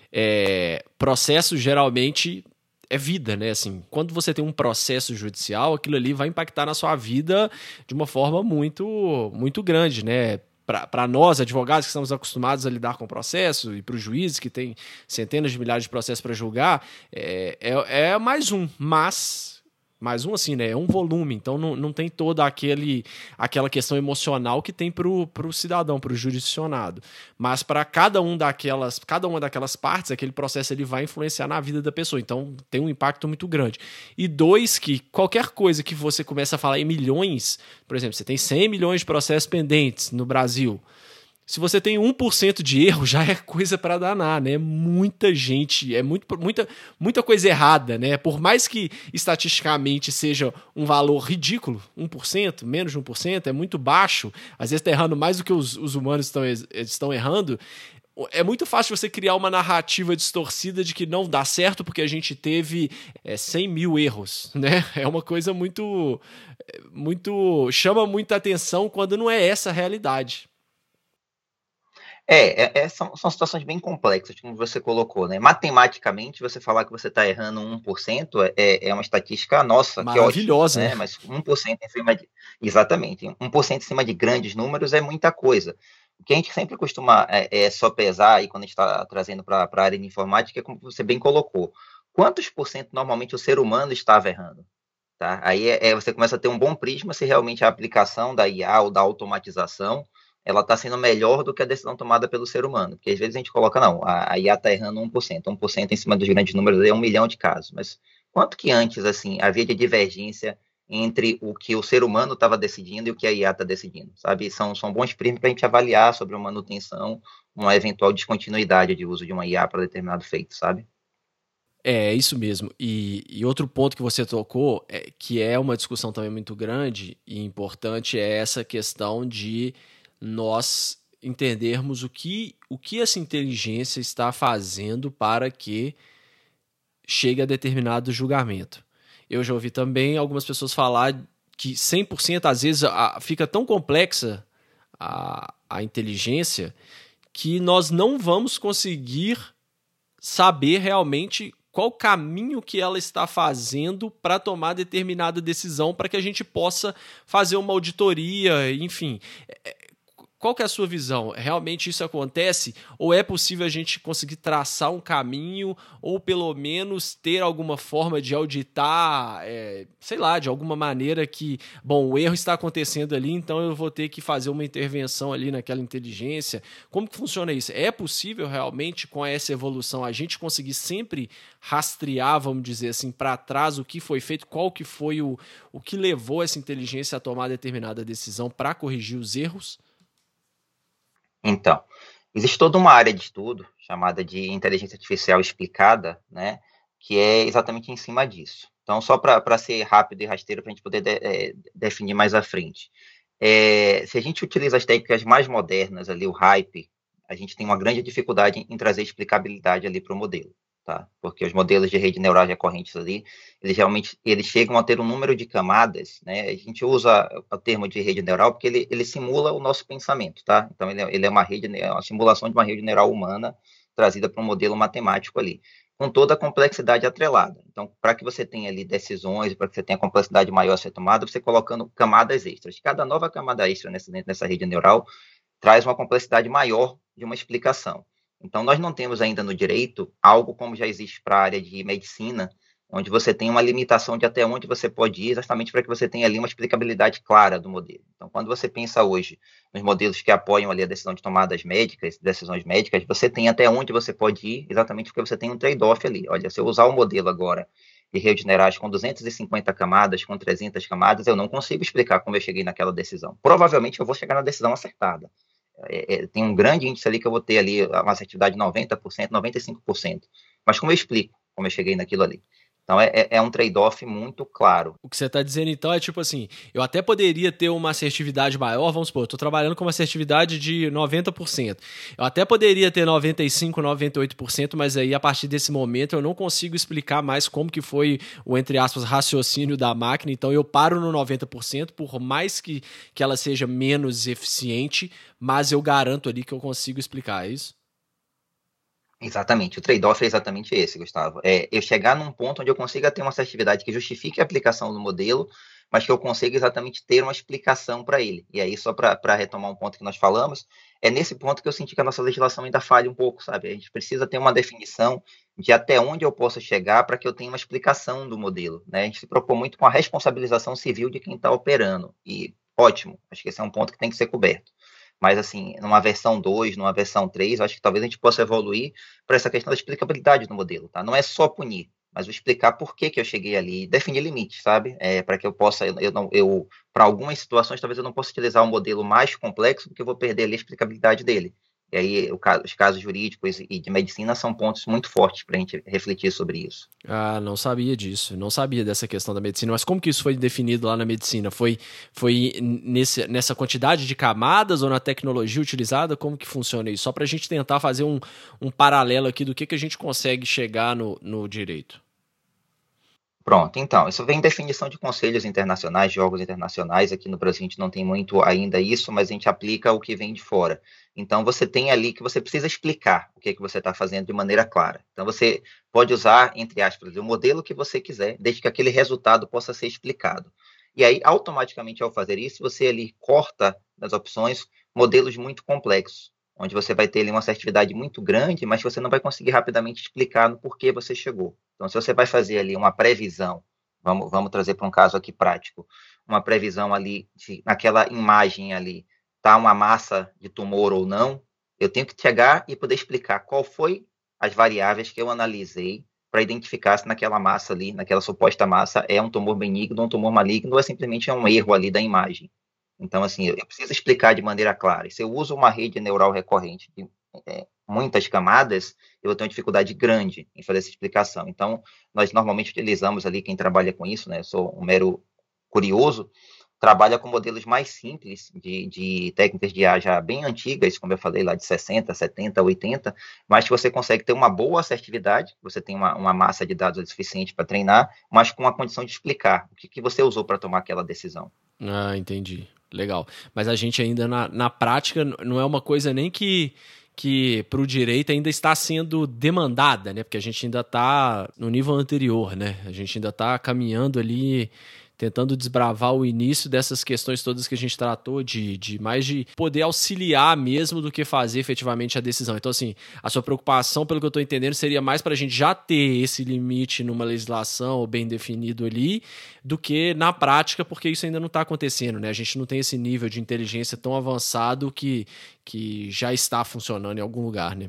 processo geralmente é vida, né? Assim, quando você tem um processo judicial, aquilo ali vai impactar na sua vida de uma forma muito, muito grande, né? Para nós, advogados que estamos acostumados a lidar com o processo, e para os juízes que têm centenas de milhares de processos para julgar, é mais um, mais um assim, né? É um volume, então não tem toda aquela questão emocional que tem para o cidadão, para o jurisdicionado. Mas para cada uma daquelas partes, aquele processo ele vai influenciar na vida da pessoa. Então tem um impacto muito grande. E dois, que qualquer coisa que você começa a falar em milhões, por exemplo, você tem 100 milhões de processos pendentes no Brasil. Se você tem 1% de erro, já é coisa para danar, né? Muita gente, muita coisa errada, né? Por mais que estatisticamente seja um valor ridículo, 1%, menos de 1%, é muito baixo, às vezes está errando mais do que os humanos estão errando. É muito fácil você criar uma narrativa distorcida de que não dá certo porque a gente teve 100 mil erros, né? É uma coisa muito chama muita atenção quando não é essa a realidade. São situações bem complexas, como você colocou, né? Matematicamente, você falar que você está errando 1% é uma estatística nossa, que maravilhosa, ótimo, né? Mas 1% em cima de... Exatamente, 1% em cima de grandes números é muita coisa. O que a gente sempre costuma só pesar, e quando a gente está trazendo para a área de informática, é como você bem colocou. Quantos por cento normalmente o ser humano estava errando? Tá? Aí você começa a ter um bom prisma se realmente a aplicação da IA ou da automatização ela está sendo melhor do que a decisão tomada pelo ser humano. Porque às vezes a gente coloca, não, a IA está errando 1% em cima dos grandes números é 1 milhão de casos. Mas quanto que antes, assim, havia de divergência entre o que o ser humano estava decidindo e o que a IA está decidindo, sabe? São bons prismas para a gente avaliar sobre a manutenção, uma eventual descontinuidade de uso de uma IA para determinado feito, sabe? É isso mesmo. E outro ponto que você tocou, que é uma discussão também muito grande e importante, é essa questão de nós entendermos o que essa inteligência está fazendo para que chegue a determinado julgamento. Eu já ouvi também algumas pessoas falar que 100% às vezes fica tão complexa a inteligência que nós não vamos conseguir saber realmente qual caminho que ela está fazendo para tomar determinada decisão para que a gente possa fazer uma auditoria, enfim. Qual que é a sua visão? Realmente isso acontece? Ou é possível a gente conseguir traçar um caminho ou pelo menos ter alguma forma de auditar, sei lá, de alguma maneira que, bom, o erro está acontecendo ali, então eu vou ter que fazer uma intervenção ali naquela inteligência. Como que funciona isso? É possível realmente com essa evolução a gente conseguir sempre rastrear, vamos dizer assim, para trás o que foi feito, qual que foi o que levou essa inteligência a tomar determinada decisão para corrigir os erros? Então, existe toda uma área de estudo chamada de inteligência artificial explicada, né, que é exatamente em cima disso. Então, só para ser rápido e rasteiro, para a gente poder definir mais à frente. Se a gente utiliza as técnicas mais modernas, ali, o hype, a gente tem uma grande dificuldade em trazer explicabilidade ali para o modelo. Tá? Porque os modelos de rede neural recorrentes ali, eles chegam a ter um número de camadas, né? A gente usa o termo de rede neural porque ele simula o nosso pensamento, tá? Então, ele é uma simulação de uma rede neural humana trazida para um modelo matemático ali, com toda a complexidade atrelada. Então, para que você tenha ali decisões, para que você tenha complexidade maior a ser tomada, você colocando camadas extras. Cada nova camada extra nessa rede neural, traz uma complexidade maior de uma explicação. Então, nós não temos ainda no direito algo como já existe para a área de medicina, onde você tem uma limitação de até onde você pode ir, exatamente para que você tenha ali uma explicabilidade clara do modelo. Então, quando você pensa hoje nos modelos que apoiam ali a decisão de tomadas médicas, decisões médicas, você tem até onde você pode ir, exatamente porque você tem um trade-off ali. Olha, se eu usar o modelo agora de redes neurais com 250 camadas, com 300 camadas, eu não consigo explicar como eu cheguei naquela decisão. Provavelmente eu vou chegar na decisão acertada. Tem um grande índice ali que eu vou ter ali uma assertividade de 90%, 95%. Mas como eu explico como eu cheguei naquilo ali? Então, é um trade-off muito claro. O que você está dizendo, então, é tipo assim, eu até poderia ter uma assertividade maior, vamos supor, eu estou trabalhando com uma assertividade de 90%. Eu até poderia ter 95%, 98%, mas aí, a partir desse momento, eu não consigo explicar mais como que foi o, entre aspas, raciocínio da máquina, então eu paro no 90%, por mais que ela seja menos eficiente, mas eu garanto ali que eu consigo explicar, é isso? Exatamente, o trade-off é exatamente esse, Gustavo. É eu chegar num ponto onde eu consiga ter uma assertividade que justifique a aplicação do modelo, mas que eu consiga exatamente ter uma explicação para ele. E aí, só para retomar um ponto que nós falamos, é nesse ponto que eu senti que a nossa legislação ainda falha um pouco, sabe? A gente precisa ter uma definição de até onde eu posso chegar para que eu tenha uma explicação do modelo, né? A gente se propõe muito com a responsabilização civil de quem está operando, e ótimo, acho que esse é um ponto que tem que ser coberto. Mas, assim, numa versão 2, numa versão 3, acho que talvez a gente possa evoluir para essa questão da explicabilidade do modelo, tá? Não é só punir, mas explicar por que eu cheguei ali, definir limites, sabe? Para que eu possa, para algumas situações, talvez eu não possa utilizar um modelo mais complexo, porque eu vou perder ali a explicabilidade dele. E aí, os casos jurídicos e de medicina são pontos muito fortes para a gente refletir sobre isso. Ah, não sabia disso, não sabia dessa questão da medicina, mas como que isso foi definido lá na medicina? Foi nessa quantidade de camadas ou na tecnologia utilizada? Como que funciona isso? Só para a gente tentar fazer um paralelo aqui do que a gente consegue chegar no direito. Pronto, então, isso vem em definição de conselhos internacionais, de órgãos internacionais. Aqui no Brasil a gente não tem muito ainda isso, mas a gente aplica o que vem de fora. Então, você tem ali que você precisa explicar o que você está fazendo de maneira clara. Então, você pode usar, entre aspas, o modelo que você quiser, desde que aquele resultado possa ser explicado. E aí, automaticamente, ao fazer isso, você ali corta das opções modelos muito complexos, onde você vai ter ali uma assertividade muito grande, mas você não vai conseguir rapidamente explicar no porquê você chegou. Então, se você vai fazer ali uma previsão, vamos trazer para um caso aqui prático, uma previsão ali, naquela imagem ali, está uma massa de tumor ou não, eu tenho que chegar e poder explicar qual foi as variáveis que eu analisei para identificar se naquela massa ali, naquela suposta massa, é um tumor benigno ou um tumor maligno, ou é simplesmente um erro ali da imagem. Então, assim, eu preciso explicar de maneira clara. Se eu uso uma rede neural recorrente de muitas camadas, eu tenho dificuldade grande em fazer essa explicação. Então, nós normalmente utilizamos ali, quem trabalha com isso, né, eu sou um mero curioso, trabalha com modelos mais simples, de técnicas de IA já bem antigas, como eu falei lá, de 60, 70, 80, mas que você consegue ter uma boa assertividade, você tem uma massa de dados suficiente para treinar, mas com a condição de explicar o que você usou para tomar aquela decisão. Ah, entendi. Legal. Mas a gente ainda na prática não é uma coisa nem que para o direito ainda está sendo demandada, né? Porque a gente ainda está no nível anterior, né? A gente ainda está caminhando ali, tentando desbravar o início dessas questões todas que a gente tratou, de mais de poder auxiliar mesmo do que fazer efetivamente a decisão. Então, assim, a sua preocupação, pelo que eu estou entendendo, seria mais para a gente já ter esse limite numa legislação bem definido ali, do que na prática, porque isso ainda não está acontecendo, né? A gente não tem esse nível de inteligência tão avançado que já está funcionando em algum lugar, né?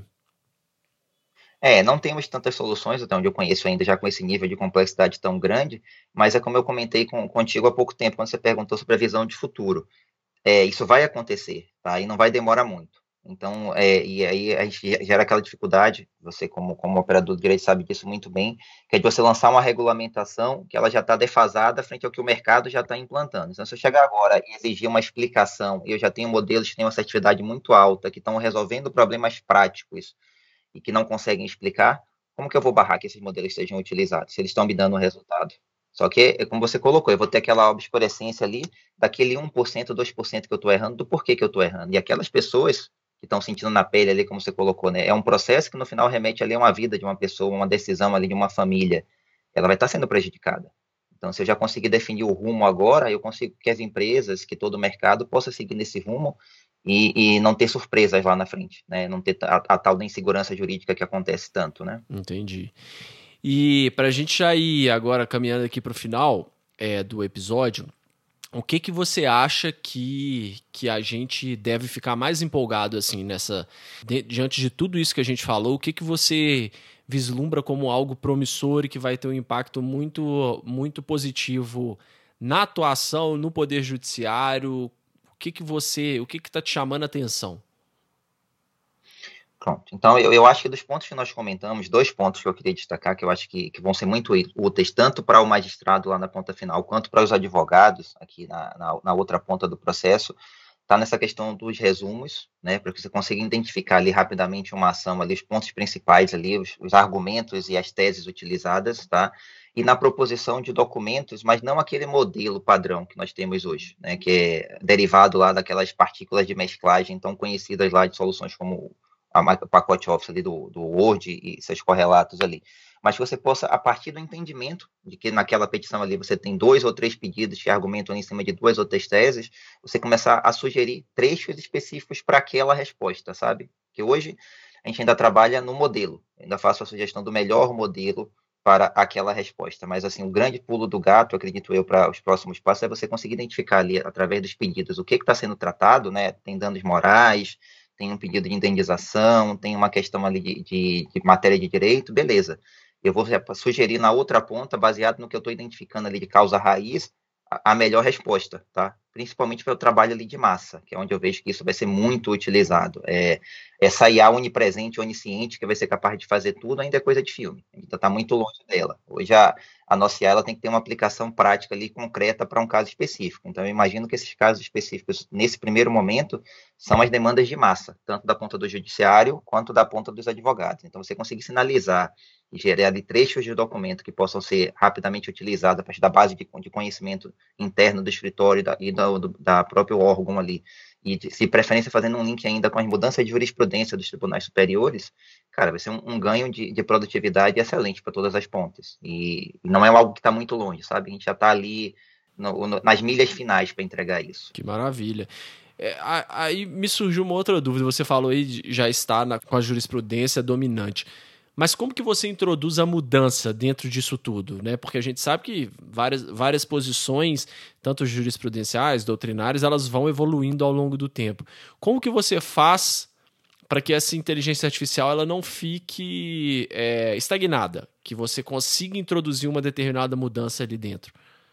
Não temos tantas soluções, até onde eu conheço ainda, já com esse nível de complexidade tão grande, mas é como eu comentei contigo há pouco tempo, quando você perguntou sobre a visão de futuro. Isso vai acontecer, tá? E não vai demorar muito. Então, e aí a gente gera aquela dificuldade, você como operador de direito sabe disso muito bem, que é de você lançar uma regulamentação que ela já está defasada frente ao que o mercado já está implantando. Então, se eu chegar agora e exigir uma explicação, eu já tenho modelos que têm uma assertividade muito alta, que estão resolvendo problemas práticos, e que não conseguem explicar, como que eu vou barrar que esses modelos sejam utilizados, se eles estão me dando um resultado? Só que, como você colocou, eu vou ter aquela obscurecência ali, daquele 1%, 2% que eu estou errando, do porquê que eu estou errando. E aquelas pessoas que estão sentindo na pele ali, como você colocou, né? É um processo que no final remete ali a uma vida de uma pessoa, uma decisão ali de uma família. Ela vai estar sendo prejudicada. Então, se eu já conseguir definir o rumo agora, eu consigo que as empresas, que todo o mercado possa seguir nesse rumo e não ter surpresas lá na frente, né? Não ter a tal da insegurança jurídica que acontece tanto, né? Entendi. E para a gente já ir agora caminhando aqui para o final do episódio, o que você acha que a gente deve ficar mais empolgado assim diante de tudo isso que a gente falou? O que você vislumbra como algo promissor e que vai ter um impacto muito, muito positivo na atuação, no poder judiciário? O que está te chamando a atenção? Pronto. Então, eu acho que dos pontos que nós comentamos, 2 pontos que eu queria destacar, que eu acho que vão ser muito úteis, tanto para o magistrado lá na ponta final, quanto para os advogados, aqui na outra ponta do processo, está nessa questão dos resumos, né, para que você consiga identificar ali rapidamente uma ação, ali, os pontos principais, ali, os argumentos e as teses utilizadas, tá? E na proposição de documentos, mas não aquele modelo padrão que nós temos hoje, né, que é derivado lá daquelas partículas de mesclagem tão conhecidas lá de soluções como o pacote Office ali do Word e seus correlatos ali, mas que você possa, a partir do entendimento de que naquela petição ali você tem 2 ou 3 pedidos que argumentam em cima de 2 ou 3 teses, você começar a sugerir trechos específicos para aquela resposta, sabe? Que hoje a gente ainda trabalha no modelo, ainda faço a sugestão do melhor modelo para aquela resposta, mas assim, o grande pulo do gato, acredito eu, para os próximos passos é você conseguir identificar ali, através dos pedidos, o que está sendo tratado, né? Tem danos morais, tem um pedido de indenização, tem uma questão ali de matéria de direito, beleza. Eu vou sugerir na outra ponta, baseado no que eu estou identificando ali de causa raiz, a melhor resposta, tá? Principalmente para o trabalho ali de massa, que é onde eu vejo que isso vai ser muito utilizado. Essa IA onipresente, onisciente, que vai ser capaz de fazer tudo, ainda é coisa de filme. Ainda está muito longe dela. Hoje a nossa IA ela tem que ter uma aplicação prática ali, concreta, para um caso específico. Então, eu imagino que esses casos específicos, nesse primeiro momento, são as demandas de massa, tanto da ponta do judiciário, quanto da ponta dos advogados. Então, você conseguir sinalizar e gerar ali trechos de documento que possam ser rapidamente utilizados a partir da base de conhecimento interno do escritório e da próprio órgão ali, e se preferência fazendo um link ainda com as mudanças de jurisprudência dos tribunais superiores, cara, vai ser um ganho de produtividade excelente para todas as pontas. E não é algo que está muito longe, sabe? A gente já está ali nas milhas finais para entregar isso. Que maravilha. Aí me surgiu uma outra dúvida. Você falou aí de já está com a jurisprudência dominante. Mas como que você introduz a mudança dentro disso tudo, né? Porque a gente sabe que várias posições, tanto jurisprudenciais, doutrinárias, elas vão evoluindo ao longo do tempo. Como que você faz para que essa inteligência artificial ela não fique estagnada, que você consiga introduzir uma determinada mudança ali dentro?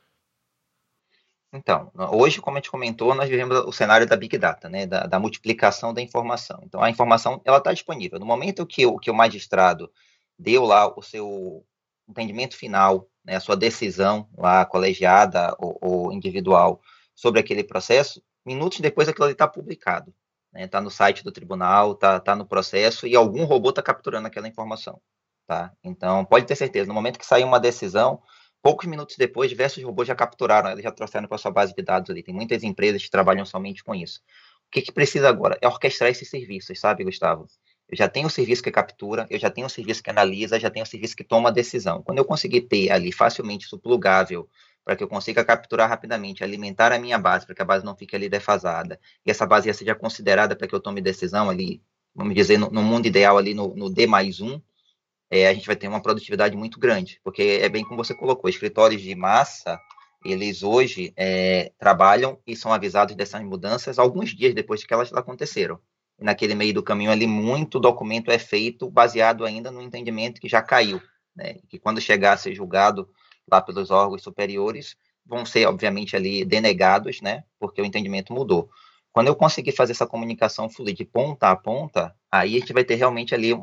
Então, hoje, como a gente comentou, nós vivemos o cenário da Big Data, né, da multiplicação da informação. Então, a informação ela está disponível. No momento que o magistrado deu lá o seu entendimento final, né, a sua decisão lá, colegiada ou individual, sobre aquele processo, minutos depois aquilo ali está publicado. Está no site do tribunal, está no processo, e algum robô está capturando aquela informação. Tá? Então, pode ter certeza, no momento que sair uma decisão, poucos minutos depois, diversos robôs já capturaram, eles já trouxeram para sua base de dados ali. Tem muitas empresas que trabalham somente com isso. O que precisa agora? É orquestrar esses serviços, sabe, Gustavo? Eu já tenho um serviço que captura, eu já tenho um serviço que analisa, já tenho um serviço que toma a decisão. Quando eu conseguir ter ali facilmente isso plugável, para que eu consiga capturar rapidamente, alimentar a minha base, para que a base não fique ali defasada, e essa base já seja considerada para que eu tome decisão ali, vamos dizer, no mundo ideal ali no D+1, a gente vai ter uma produtividade muito grande, porque é bem como você colocou, escritórios de massa, eles hoje trabalham e são avisados dessas mudanças alguns dias depois que elas aconteceram. E naquele meio do caminho ali, muito documento é feito baseado ainda no entendimento que já caiu, né? Que quando chegar a ser julgado lá pelos órgãos superiores, vão ser, obviamente, ali denegados, né? Porque o entendimento mudou. Quando eu conseguir fazer essa comunicação fluir de ponta a ponta, aí a gente vai ter realmente ali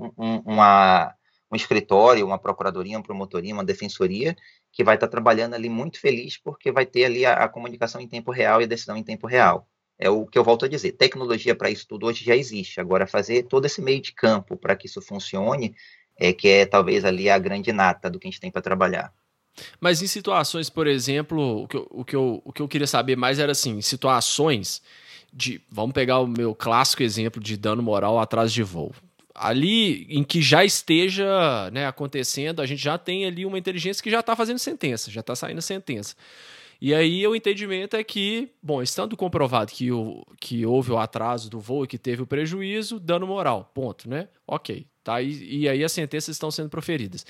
um escritório, uma procuradoria, uma promotoria, uma defensoria, que vai estar trabalhando ali muito feliz, porque vai ter ali a comunicação em tempo real e a decisão em tempo real. É o que eu volto a dizer, tecnologia para isso tudo hoje já existe, agora fazer todo esse meio de campo para que isso funcione, que é talvez ali a grande nata do que a gente tem para trabalhar. Mas em situações, por exemplo, o que eu queria saber mais era assim, situações vamos pegar o meu clássico exemplo de dano moral atraso de voo. Ali em que já esteja, né, acontecendo, a gente já tem ali uma inteligência que já está fazendo sentença, já está saindo sentença. E aí o entendimento é que, bom, estando comprovado que houve o atraso do voo e que teve o prejuízo, dano moral, ponto, né? Ok, tá? E aí as sentenças estão sendo proferidas.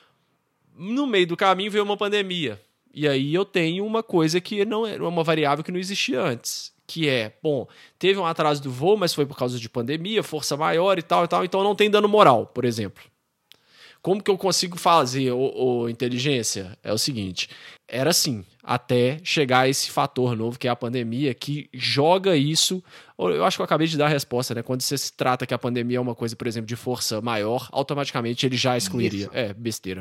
No meio do caminho veio uma pandemia. E aí eu tenho uma coisa que não era uma variável que não existia antes, que é, bom, teve um atraso do voo, mas foi por causa de pandemia, força maior e tal, então não tem dano moral, por exemplo. Como que eu consigo fazer, inteligência? É o seguinte, era assim, até chegar a esse fator novo que é a pandemia, que joga isso. Eu acho que eu acabei de dar a resposta, né? Quando você se trata que a pandemia é uma coisa, por exemplo, de força maior, automaticamente ele já excluiria. Isso. É, besteira.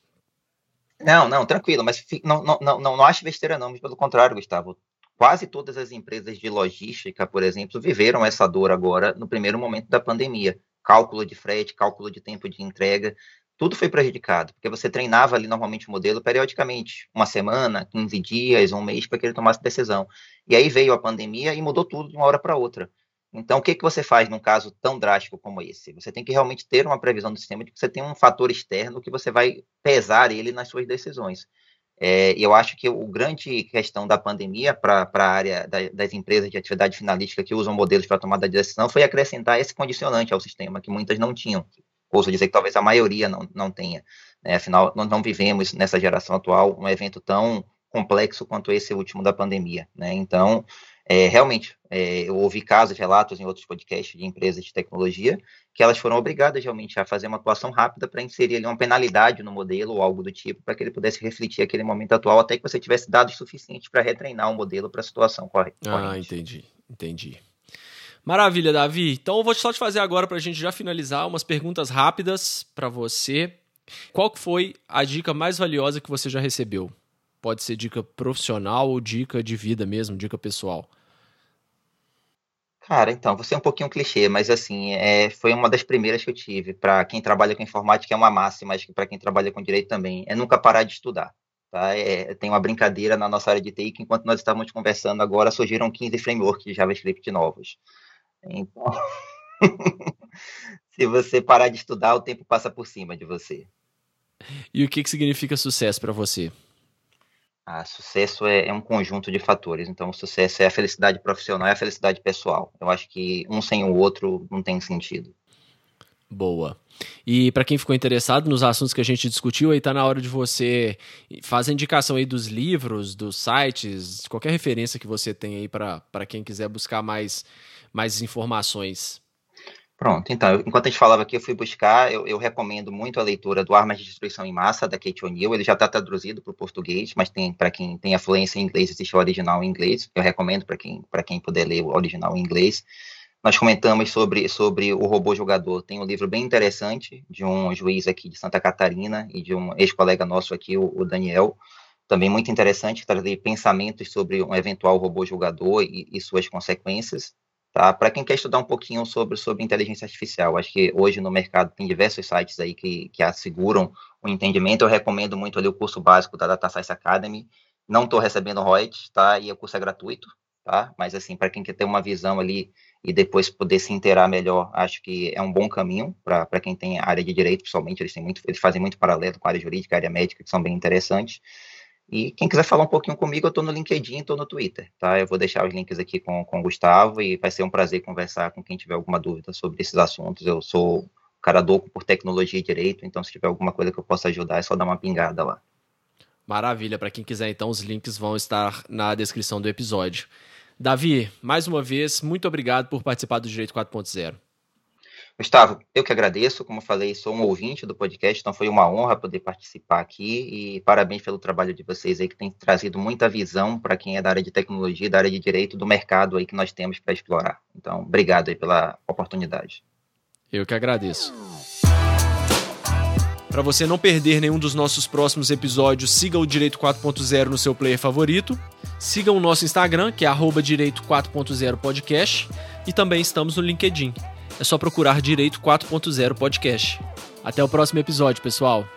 Não, tranquilo, mas não acho besteira não, mas pelo contrário, Gustavo. Quase todas as empresas de logística, por exemplo, viveram essa dor agora no primeiro momento da pandemia. Cálculo de frete, cálculo de tempo de entrega, tudo foi prejudicado, porque você treinava ali normalmente o modelo periodicamente, uma semana, 15 dias, um mês, para que ele tomasse decisão. E aí veio a pandemia e mudou tudo de uma hora para outra. Então, o que você faz num caso tão drástico como esse? Você tem que realmente ter uma previsão do sistema de que você tem um fator externo que você vai pesar ele nas suas decisões. E eu acho que o grande questão da pandemia para a área das empresas de atividade finalística que usam modelos para tomada de decisão foi acrescentar esse condicionante ao sistema, que muitas não tinham. Ouso dizer que talvez a maioria não tenha. Né? Afinal, nós não vivemos nessa geração atual um evento tão complexo quanto esse último da pandemia. Né? Então, realmente, eu ouvi casos, relatos em outros podcasts de empresas de tecnologia que elas foram obrigadas realmente a fazer uma atuação rápida para inserir ali uma penalidade no modelo ou algo do tipo, para que ele pudesse refletir aquele momento atual até que você tivesse dados suficientes para retreinar o modelo para a situação correta. Ah, entendi. Maravilha, Davi. Então eu vou só te fazer agora para a gente já finalizar umas perguntas rápidas para você. Qual foi a dica mais valiosa que você já recebeu? Pode ser dica profissional ou dica de vida mesmo, dica pessoal. Cara, então, você é um pouquinho clichê, mas assim, foi uma das primeiras que eu tive. Para quem trabalha com informática é uma máxima, acho que para quem trabalha com direito também, é nunca parar de estudar. Tá? Tem uma brincadeira na nossa área de TI que enquanto nós estávamos conversando agora, surgiram 15 frameworks de JavaScript novos. Então, se você parar de estudar, o tempo passa por cima de você. E o que significa sucesso para você? Sucesso é um conjunto de fatores. Então, o sucesso é a felicidade profissional e a felicidade pessoal. Eu acho que um sem o outro não tem sentido. Boa. E para quem ficou interessado nos assuntos que a gente discutiu, aí tá na hora de você fazer a indicação aí dos livros, dos sites, qualquer referência que você tem aí para quem quiser buscar mais informações. Pronto, então, enquanto a gente falava aqui, eu fui buscar, eu recomendo muito a leitura do Armas de Destruição em Massa, da Kate O'Neill. Ele já está traduzido para o português, mas para quem tem a fluência em inglês, existe o original em inglês. Eu recomendo para quem puder ler o original em inglês. Nós comentamos sobre o robô julgador. Tem um livro bem interessante de um juiz aqui de Santa Catarina e de um ex-colega nosso aqui, o Daniel. Também muito interessante, trazer pensamentos sobre um eventual robô julgador e suas consequências. Tá? Para quem quer estudar um pouquinho sobre inteligência artificial, acho que hoje no mercado tem diversos sites aí que asseguram o entendimento. Eu recomendo muito ali o curso básico da Data Science Academy. Não estou recebendo royalties, tá? E o curso é gratuito, tá? Mas assim, para quem quer ter uma visão ali e depois poder se inteirar melhor, acho que é um bom caminho para quem tem área de direito, principalmente. Eles fazem muito paralelo com a área jurídica, a área médica, que são bem interessantes. E quem quiser falar um pouquinho comigo, eu estou no LinkedIn, estou no Twitter, tá? Eu vou deixar os links aqui com o Gustavo e vai ser um prazer conversar com quem tiver alguma dúvida sobre esses assuntos. Eu sou cara louco por tecnologia e direito, então se tiver alguma coisa que eu possa ajudar, é só dar uma pingada lá. Maravilha, para quem quiser então, os links vão estar na descrição do episódio. Davi, mais uma vez, muito obrigado por participar do Direito 4.0. Gustavo, eu que agradeço, como eu falei, sou um ouvinte do podcast, então foi uma honra poder participar aqui e parabéns pelo trabalho de vocês aí, que tem trazido muita visão para quem é da área de tecnologia, da área de direito, do mercado aí que nós temos para explorar. Então, obrigado aí pela oportunidade. Eu que agradeço. Para você não perder nenhum dos nossos próximos episódios, siga o Direito 4.0 no seu player favorito, siga o nosso Instagram, que é @Direito 4.0 Podcast, e também estamos no LinkedIn. É só procurar Direito 4.0 Podcast. Até o próximo episódio, pessoal.